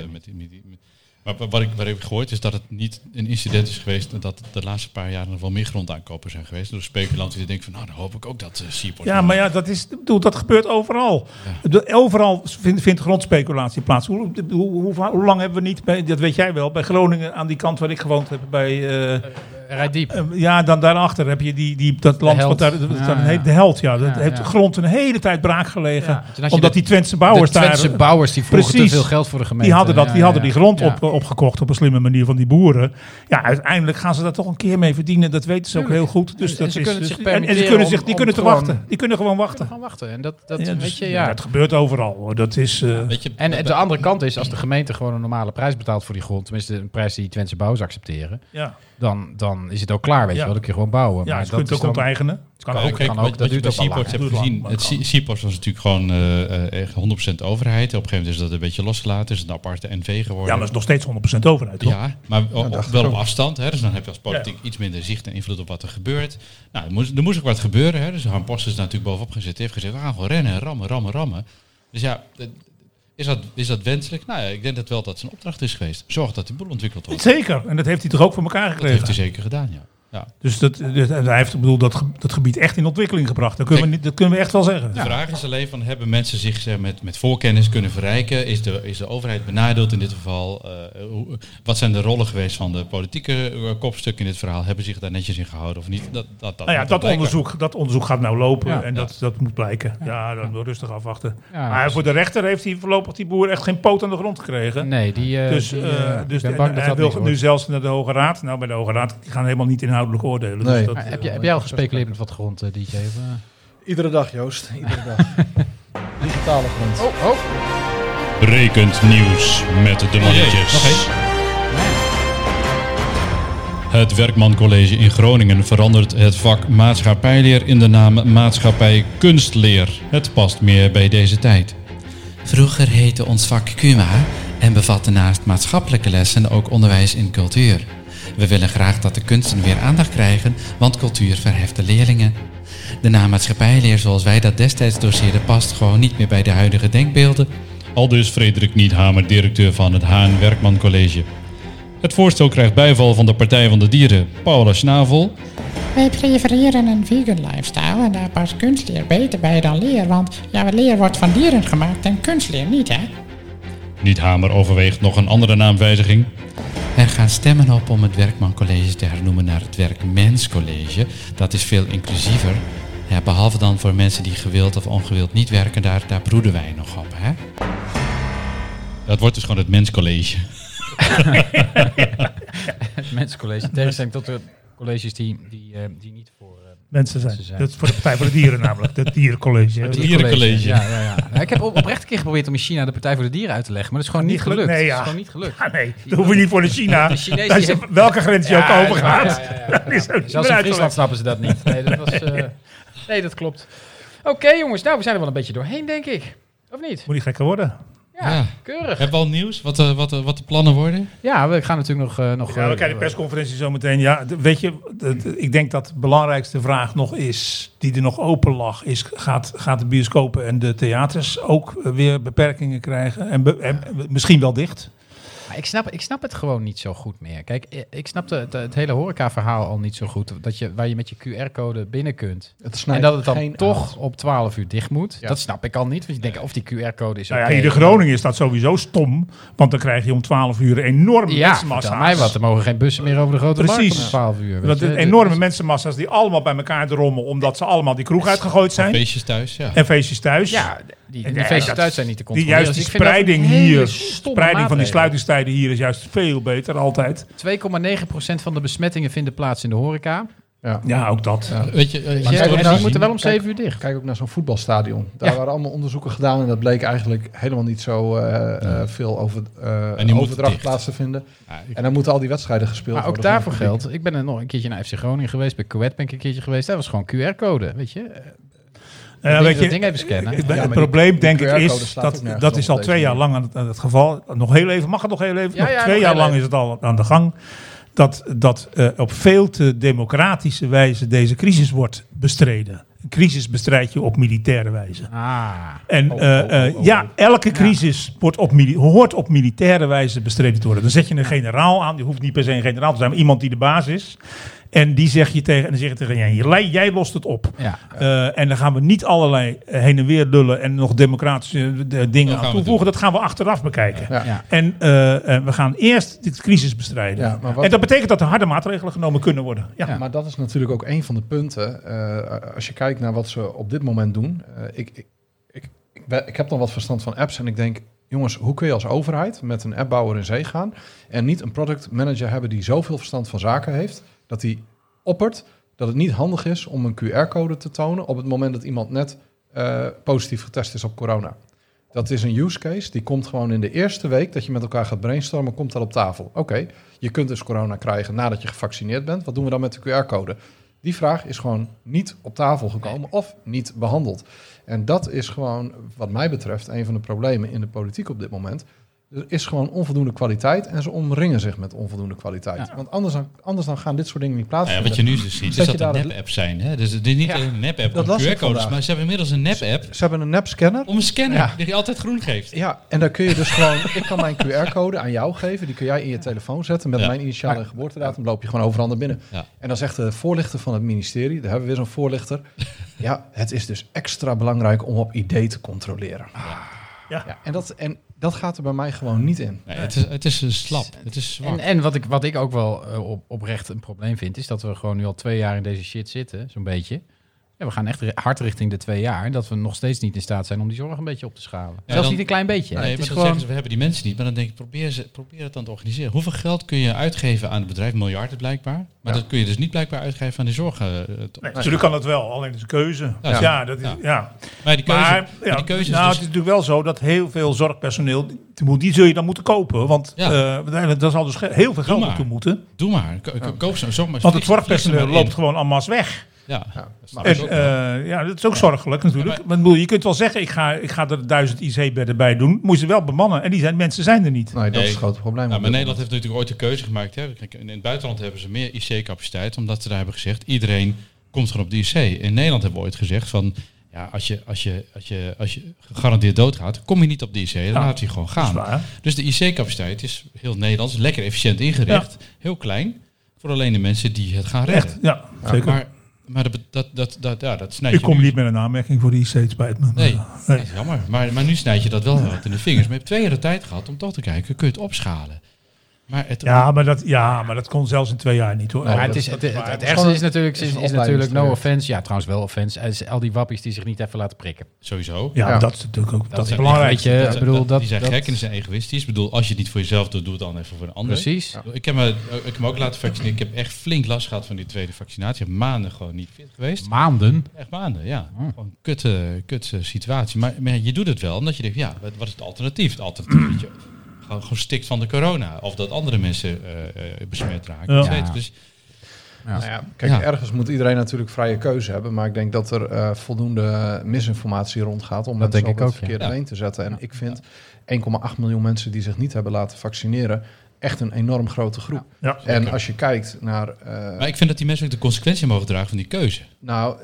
Maar wat ik heb gehoord is dat het niet een incident is geweest dat de laatste paar jaar nog wel meer grondaankopen zijn geweest. Door speculanten die denken van, nou, dan hoop ik ook dat Seaport... Ja, maar ja, dat gebeurt overal. Ja. Overal vindt grondspeculatie plaats. Hoe lang hebben we niet, dat weet jij wel, bij Groningen aan die kant waar ik gewoond heb, bij... Rijdiep. Ja, dan daarachter heb je dat land wat daar de Held. Ja, dat heeft de grond een hele tijd braak gelegen. Ja, omdat die Twentse bouwers daar... De Twentse bouwers die vroegen te veel geld voor de gemeente. Die hadden die grond opgekocht op een slimme manier van die boeren. Ja, uiteindelijk gaan ze daar toch een keer mee verdienen. Dat weten ze ook heel goed. Dus die kunnen wachten. Die kunnen gewoon wachten. En dat gebeurt overal, hoor. Dat is... En de andere kant is, als de gemeente gewoon een normale prijs betaalt voor die grond, tenminste een prijs die Twentse bouwers accepteren, dan is het ook klaar, weet je wel. Dan kun je gewoon bouwen. Ja, maar je kunt het ook onteigenen. Kan ook. Dat duurt ook al lang. Het Seaport was natuurlijk gewoon echt 100% overheid. Op een gegeven moment is dat een beetje losgelaten. Is het een aparte NV geworden. Ja, maar het is nog steeds 100% overheid, toch? Ja, maar wel op afstand. Hè? Dus dan heb je als politiek iets minder zicht en invloed op wat er gebeurt. Nou, er moest ook wat gebeuren. Hè? Dus Han Post is natuurlijk bovenop gezet. Hij heeft gezegd, we gaan gewoon rennen, rammen. Dus ja... Is dat wenselijk? Nou ja, ik denk dat wel dat zijn opdracht is geweest. Zorg dat die boel ontwikkeld wordt. Zeker, en dat heeft hij toch ook voor elkaar gekregen? Dat heeft hij zeker gedaan, ja. Dus hij heeft dat gebied echt in ontwikkeling gebracht. Dat kunnen we echt wel zeggen. De vraag is alleen van, hebben mensen zich met voorkennis kunnen verrijken? Is de overheid benadeeld in dit geval? Wat zijn de rollen geweest van de politieke kopstukken in dit verhaal? Hebben zich daar netjes in gehouden of niet? Dat onderzoek gaat nou lopen en dat moet blijken. Ja, dan wil rustig afwachten. Ja, maar voor de rechter heeft hij voorlopig die boer echt geen poot aan de grond gekregen. Nee, hij wil nu zelfs naar de Hoge Raad. Nou, bij de Hoge Raad die gaan helemaal niet inhoudelijk oordelen. Nee. Dus heb jij al gespeculeerd met wat grond, DJ? Iedere dag, Joost. Iedere dag. Digitale grond. Brekend nieuws met de mannetjes. Nog eens. Het Werkman College in Groningen verandert het vak maatschappijleer in de naam maatschappij kunstleer. Het past meer bij deze tijd. Vroeger heette ons vak KUMA en bevatte naast maatschappelijke lessen ook onderwijs in cultuur. We willen graag dat de kunsten weer aandacht krijgen, want cultuur verheft de leerlingen. De naam maatschappijleer zoals wij dat destijds doseerden past gewoon niet meer bij de huidige denkbeelden. Aldus Frederik Niethamer, directeur van het Haan Werkman College. Het voorstel krijgt bijval van de Partij van de Dieren, Paula Snavel. Wij prefereren een vegan lifestyle en daar past kunstleer beter bij dan leer, want leer wordt van dieren gemaakt en kunstleer niet, hè? Niethamer overweegt nog een andere naamwijziging. Er gaan stemmen op om het Werkman College te hernoemen naar het Werkmens College. Dat is veel inclusiever. Ja, behalve dan voor mensen die gewild of ongewild niet werken, daar broeden wij nog op, hè? Dat wordt dus gewoon het Menscollege. Het Menscollege. Tegenstelling tot de colleges die niet voor mensen zijn. Dat is voor de Partij voor de Dieren namelijk. Het Dierencollege. Het Dierencollege. Ja. Nou, ik heb oprecht een keer geprobeerd om in China de Partij voor de Dieren uit te leggen, maar dat is gewoon niet gelukt. Nee, dat is gewoon niet gelukt. Ja, nee, dat hoef je niet voor de China. Welke grens je ook overgaat. Zelfs in Friesland snappen ze dat niet. Nee, dat klopt. Oké, jongens, nou, we zijn er wel een beetje doorheen, denk ik. Of niet? Moet niet gekker worden. Ja, keurig. Hebben we al nieuws? Wat de plannen worden? Ja, we gaan natuurlijk nog we krijgen de persconferentie zo meteen. Ja, weet je, ik denk dat de belangrijkste vraag nog is, die er nog open lag, is gaat de bioscopen en de theaters ook weer beperkingen krijgen? En misschien wel dicht? Maar ik snap het gewoon niet zo goed meer. Kijk, ik snap het hele horeca-verhaal al niet zo goed. Waar je met je QR-code binnen kunt. En dat het dan toch op 12 uur dicht moet. Ja. Dat snap ik al niet. Want je denkt, of die QR-code is hier in Groningen is dat sowieso stom. Want dan krijg je om 12 uur enorme mensenmassa's. Ja, mij wat. Er mogen geen bussen meer over de grote markt om 12 uur. Enorme mensenmassa's die allemaal bij elkaar drommen. Omdat ze allemaal die kroeg uitgegooid zijn. En feestjes thuis, ja. En feestjes thuis. Ja, die feestjes thuis zijn niet te controleren. Juist die spreiding hier. Spreiding van die sluitingstijden hier is juist veel beter altijd. 2,9% van de besmettingen vinden plaats in de horeca. Ja, ook dat. Ja. Weet je, die moeten wel om 7 uur dicht. Kijk ook naar zo'n voetbalstadion. Daar waren allemaal onderzoeken gedaan en dat bleek eigenlijk helemaal niet zo veel overdracht plaats te vinden. En dan moeten al die wedstrijden gespeeld worden. Maar ook daarvoor geldt. Ik ben er nog een keertje naar FC Groningen geweest. Bij Coët ben ik een keertje geweest. Dat was gewoon QR-code, weet je. Weet je, ding even scannen. Het probleem denk ik is, dat is al 2 jaar lang aan het geval. Nog heel even, mag het nog heel even? Nog 2 jaar lang is het al aan de gang. Dat op veel te democratische wijze deze crisis wordt bestreden. Een crisis bestrijd je op militaire wijze. Elke crisis hoort op militaire wijze bestreden te worden. Dan zet je een generaal aan. Je hoeft niet per se een generaal te zijn, maar iemand die de baas is. En die zeg je tegen jij lost het op. Ja. En dan gaan we niet allerlei heen en weer lullen en nog democratische dingen aan toevoegen. Dat gaan we achteraf bekijken. Ja. En we gaan eerst de crisis bestrijden. Ja, en dat betekent dat er harde maatregelen genomen kunnen worden. Ja. Maar dat is natuurlijk ook een van de punten. Als je kijkt naar wat ze op dit moment doen. Ik heb dan wat verstand van apps en ik denk, jongens, hoe kun je als overheid met een appbouwer in zee gaan en niet een product manager hebben die zoveel verstand van zaken heeft, dat hij oppert dat het niet handig is om een QR-code te tonen op het moment dat iemand net positief getest is op corona. Dat is een use case, die komt gewoon in de eerste week dat je met elkaar gaat brainstormen, komt dat op tafel. Oké, je kunt dus corona krijgen nadat je gevaccineerd bent. Wat doen we dan met de QR-code? Die vraag is gewoon niet op tafel gekomen of niet behandeld. En dat is gewoon, wat mij betreft, een van de problemen in de politiek op dit moment. Er is gewoon onvoldoende kwaliteit en ze omringen zich met onvoldoende kwaliteit. Want anders dan gaan dit soort dingen niet plaatsvinden. Wat je nu dus ziet, is dat er nep-apps zijn. Hè? Dus het is niet een nep-app met QR-codes, maar ze hebben inmiddels een nep-app. Ze hebben een nep-scanner. Om een scanner, die je altijd groen geeft. Ja, en dan kun je dus gewoon... Ik kan mijn QR-code aan jou geven, die kun jij in je telefoon zetten. Met mijn initiale en geboortedatum loop je gewoon overal naar binnen. Ja. En dan zegt de voorlichter van het ministerie, daar hebben we weer zo'n voorlichter. Ja, het is dus extra belangrijk om op ID te controleren. Ja, en dat gaat er bij mij gewoon niet in. Nee, het is slap. Het is zwak. En wat ik ook wel oprecht een probleem vind, is dat we gewoon nu al 2 jaar in deze shit zitten, zo'n beetje. Ja, we gaan echt hard richting de 2 jaar. En dat we nog steeds niet in staat zijn om die zorg een beetje op te schalen. Ja, Zelfs niet een klein beetje. Nee, het is gewoon... zeggen ze, we hebben die mensen niet. Maar dan denk ik, probeer het dan te organiseren. Hoeveel geld kun je uitgeven aan het bedrijf? Miljarden blijkbaar. Maar dat kun je dus niet blijkbaar uitgeven aan die zorg. Natuurlijk kan dat wel, alleen is een keuze. Maar die keuze is het is natuurlijk wel zo dat heel veel zorgpersoneel, die zul je dan moeten kopen. Want daar zal dus heel veel geld naartoe moeten. Doe maar. Koop zo. Want het zorgpersoneel loopt gewoon en masse weg. Dat is ook zorgelijk natuurlijk. Maar je kunt wel zeggen, ik ga er 1000 IC-bedden bij doen. Moet je ze wel bemannen. En mensen zijn er niet. Nee, dat is het grote probleem. Maar Nederland heeft natuurlijk ooit de keuze gemaakt. Hè. In het buitenland hebben ze meer IC-capaciteit. Omdat ze daar hebben gezegd, iedereen komt gewoon op de IC. In Nederland hebben we ooit gezegd van... Ja, als je gegarandeerd doodgaat, kom je niet op de IC. Dan laat je gewoon gaan. Dus de IC-capaciteit is heel Nederlands. Lekker efficiënt ingericht. Ja. Heel klein. Voor alleen de mensen die het gaan redden. Echt, ja, zeker. Maar dat snijd je. Ik kom niet met een aanmerking voor die IC, spijt me. Nee, dat is jammer. Maar nu snijd je dat wel wat in de vingers. Maar je hebt 2 jaar de tijd gehad om toch te kijken, kun je het opschalen. Maar dat kon zelfs in 2 jaar niet hoor. Nou, het ergste is natuurlijk no offense. Ja, trouwens wel offense. Al die wappies die zich niet even laten prikken. Sowieso. Ja. Dat is natuurlijk ook dat is belangrijk. Die zijn gek en die zijn egoïstisch. Ik bedoel, als je het niet voor jezelf doet, doe het dan even voor een ander. Precies. Ja. Ik heb me ook laten vaccineren. Ik heb echt flink last gehad van die tweede vaccinatie. Ik heb maanden gewoon niet fit geweest. Maanden? Echt maanden, ja. Gewoon kutte situatie. Maar je doet het wel, omdat je denkt, wat is het alternatief? Het alternatief dat je gewoon stikt van de corona. Of dat andere mensen besmet raken. Dus, kijk, ergens moet iedereen natuurlijk vrije keuze hebben. Maar ik denk dat er voldoende misinformatie rondgaat om mensen op het verkeerde been te zetten. En ik vind 1,8 miljoen mensen die zich niet hebben laten vaccineren echt een enorm grote groep. Ja. En als je kijkt naar... maar ik vind dat die mensen ook de consequentie mogen dragen van die keuze. Nou,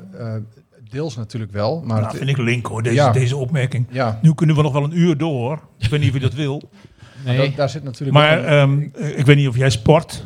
deels natuurlijk wel. Maar vind ik link hoor, deze opmerking. Ja. Nu kunnen we nog wel een uur door. Ik weet niet of je dat wil. Nee. Daar zit natuurlijk maar ik weet niet of jij sport.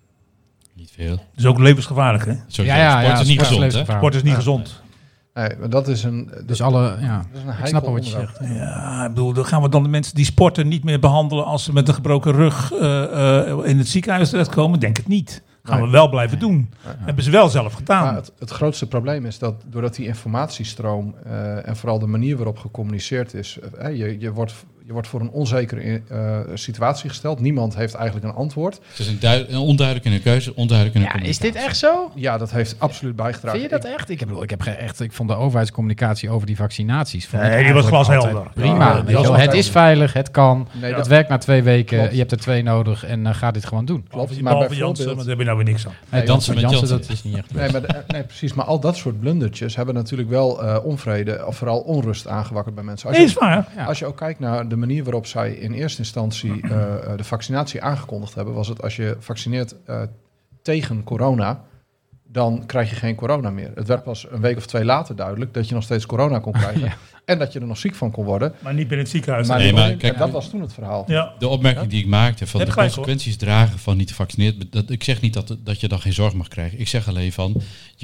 Niet veel. Dat is ook levensgevaarlijk, hè? Sport is niet gezond, hè? Sport is niet gezond. Nee, maar dat is een... Dus alle... Ja, ik snap wel wat je zegt. Ja, ik bedoel, dan gaan we dan de mensen die sporten niet meer behandelen als ze met een gebroken rug in het ziekenhuis terechtkomen? Denk het niet. Gaan we wel blijven doen. Hebben ze wel zelf gedaan. Maar het grootste probleem is dat doordat die informatiestroom en vooral de manier waarop gecommuniceerd is, je wordt voor een onzekere situatie gesteld. Niemand heeft eigenlijk een antwoord. Het is een onduidelijk in een keuze, onduidelijk in een communicatie. Is dit echt zo? Ja, dat heeft absoluut bijgedragen. Vind je dat echt? Ik vond de overheidscommunicatie over die vaccinaties. Die was glashelder. Prima. Het is veilig, het kan. Nee, het werkt na 2 weken. Klopt. Je hebt er 2 nodig en ga dit gewoon doen. Klopt. Maar bij Janssen, daar heb je nou weer niks aan. Nee, dansen met Janssen, dat is niet echt. Nee, precies. Maar al dat soort blundertjes hebben natuurlijk wel onvrede of vooral onrust aangewakkerd bij mensen. Als je ook kijkt naar de manier waarop zij in eerste instantie de vaccinatie aangekondigd hebben, was het als je vaccineert tegen corona, dan krijg je geen corona meer. Het werd pas een week of 2 later duidelijk dat je nog steeds corona kon krijgen. En dat je er nog ziek van kon worden. Maar niet binnen het ziekenhuis. Maar kijk, dat was toen het verhaal. Ja. De opmerking die ik maakte van de consequenties dragen van niet gevaccineerd. Ik zeg niet dat je dan geen zorg mag krijgen. Ik zeg alleen van,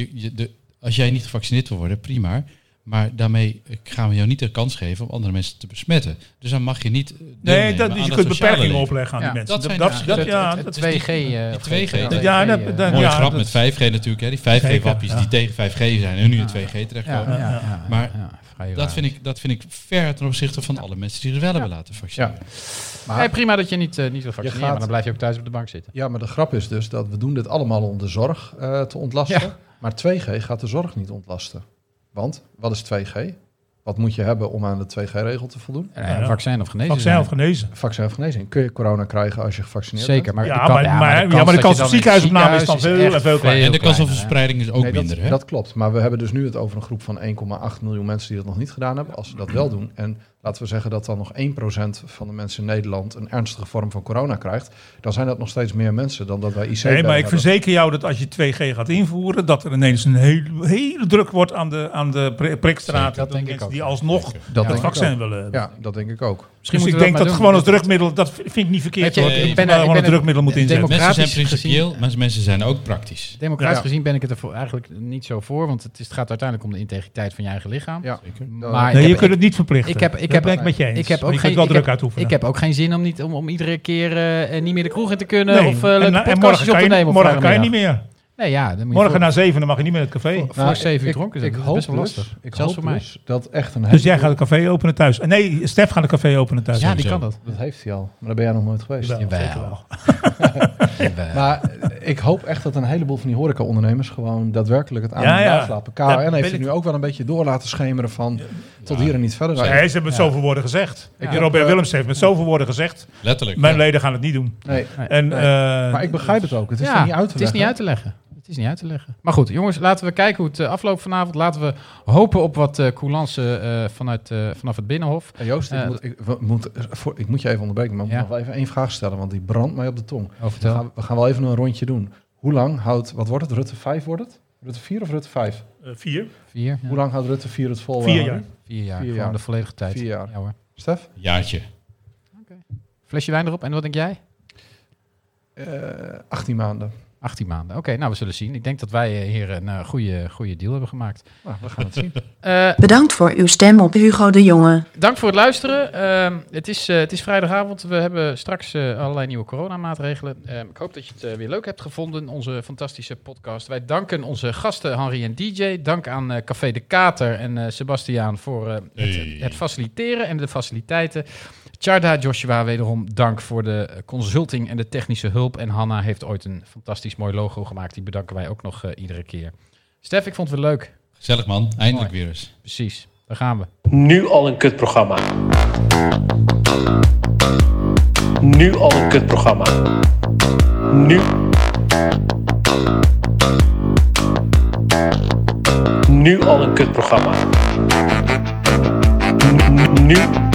als jij niet gevaccineerd wil worden, prima. Maar daarmee gaan we jou niet de kans geven om andere mensen te besmetten. Dus dan mag je niet... je kunt beperkingen opleggen aan die mensen. Dat 2G. Mooie grap met 5G natuurlijk. Hè. Die 5G-wappies die tegen 5G zijn en nu in 2G terechtkomen. Maar dat vind ik ver ten opzichte van alle mensen die er wel hebben laten vaccineren. Maar prima dat je niet wil vaccineren, maar dan blijf je ook thuis op de bank zitten. Ja, maar de grap is dus dat we doen dit allemaal om de zorg te ontlasten. Ja. Maar 2G gaat de zorg niet ontlasten. Want, wat is 2G? Wat moet je hebben om aan de 2G-regel te voldoen? Vaccin of genezen. Vaccin of genezen. Kun je corona krijgen als je gevaccineerd bent? Zeker. Maar de kans op ziekenhuisopname is dan veel kleiner. En de kans op verspreiding is ook minder. Dat klopt. Maar we hebben dus nu het over een groep van 1,8 miljoen mensen die dat nog niet gedaan hebben. Als ze dat wel doen. En laten we zeggen dat dan nog 1% van de mensen in Nederland een ernstige vorm van corona krijgt. Dan zijn dat nog steeds meer mensen dan dat wij IC hebben. Maar ik verzeker jou dat als je 2G gaat invoeren, dat er ineens een hele druk wordt aan de prikstraat. Dat denk ik ook. Die alsnog het vaccin willen hebben. Ja, dat denk ik ook. Dus ik denk dat gewoon als drukmiddel, dat vind ik niet verkeerd. Je bent gewoon een drukmiddel moet inzetten. Mensen zijn principieel, maar mensen zijn ook praktisch. Democratisch gezien ben ik het er eigenlijk niet zo voor, want het gaat uiteindelijk om de integriteit van je eigen lichaam. Ja. Maar je kunt het niet verplichten. Dat ben ik met je eens. Ik heb ook geen zin om iedere keer niet meer de kroeg in te kunnen of leuke podcastjes op te nemen. Morgen kan je niet meer. Nee, ja, morgen na 7 dan mag je niet meer het café. Voor 7 uur dronken zijn. Ik Dat is best wel lastig. Zelfs voor mij. Dat echt een dus jij gaat het café openen thuis? Nee, Stef gaat het café openen thuis. Ja, die kan dat. Dat heeft hij al. Maar daar ben jij nog nooit geweest. Jawel. Maar ik hoop echt dat een heleboel van die horeca-ondernemers gewoon daadwerkelijk het aan afslapen. KRN heeft het nu ook wel een beetje door laten schemeren van tot hier en niet verder. Ze hebben met zoveel woorden gezegd. Robert Willems heeft met zoveel woorden gezegd. Letterlijk. Mijn leden gaan het niet doen. Nee. Maar ik begrijp het ook. Het is niet uit te leggen. Het is niet uit te leggen. Het is niet uit te leggen. Maar goed, jongens, laten we kijken hoe het afloopt vanavond. Laten we hopen op wat coulance vanaf het Binnenhof. Joost, ik moet je even onderbreken, maar ik moet nog even één vraag stellen, want die brandt mij op de tong. We gaan wel even een rondje doen. Hoe lang houdt, wat wordt het, Rutte 5 wordt het? Rutte 4 of Rutte 5? 4. Ja. Hoe lang houdt Rutte 4 het vol? 4 jaar. 4 jaar, gewoon de volledige tijd. 4 jaar. Ja, hoor. Stef? Jaartje. Okay. Flesje wijn erop. En wat denk jij? 18 maanden. 18 maanden. Oké, nou we zullen zien. Ik denk dat wij hier een goede deal hebben gemaakt. Nou, we gaan het zien. Bedankt voor uw stem op Hugo de Jonge. Dank voor het luisteren. Het is vrijdagavond. We hebben straks allerlei nieuwe coronamaatregelen. Ik hoop dat je het weer leuk hebt gevonden, onze fantastische podcast. Wij danken onze gasten Henri en DJ. Dank aan Café de Kater en Sebastiaan voor het faciliteren en de faciliteiten. Tjarda, Joshua, wederom dank voor de consulting en de technische hulp. En Hanna heeft ooit een fantastisch mooi logo gemaakt. Die bedanken wij ook nog iedere keer. Stef, ik vond het weer leuk. Gezellig man, eindelijk weer eens. Precies, daar gaan we. Nu al een kutprogramma. Nu al een kutprogramma. Nu. Nu al een kutprogramma. Nu.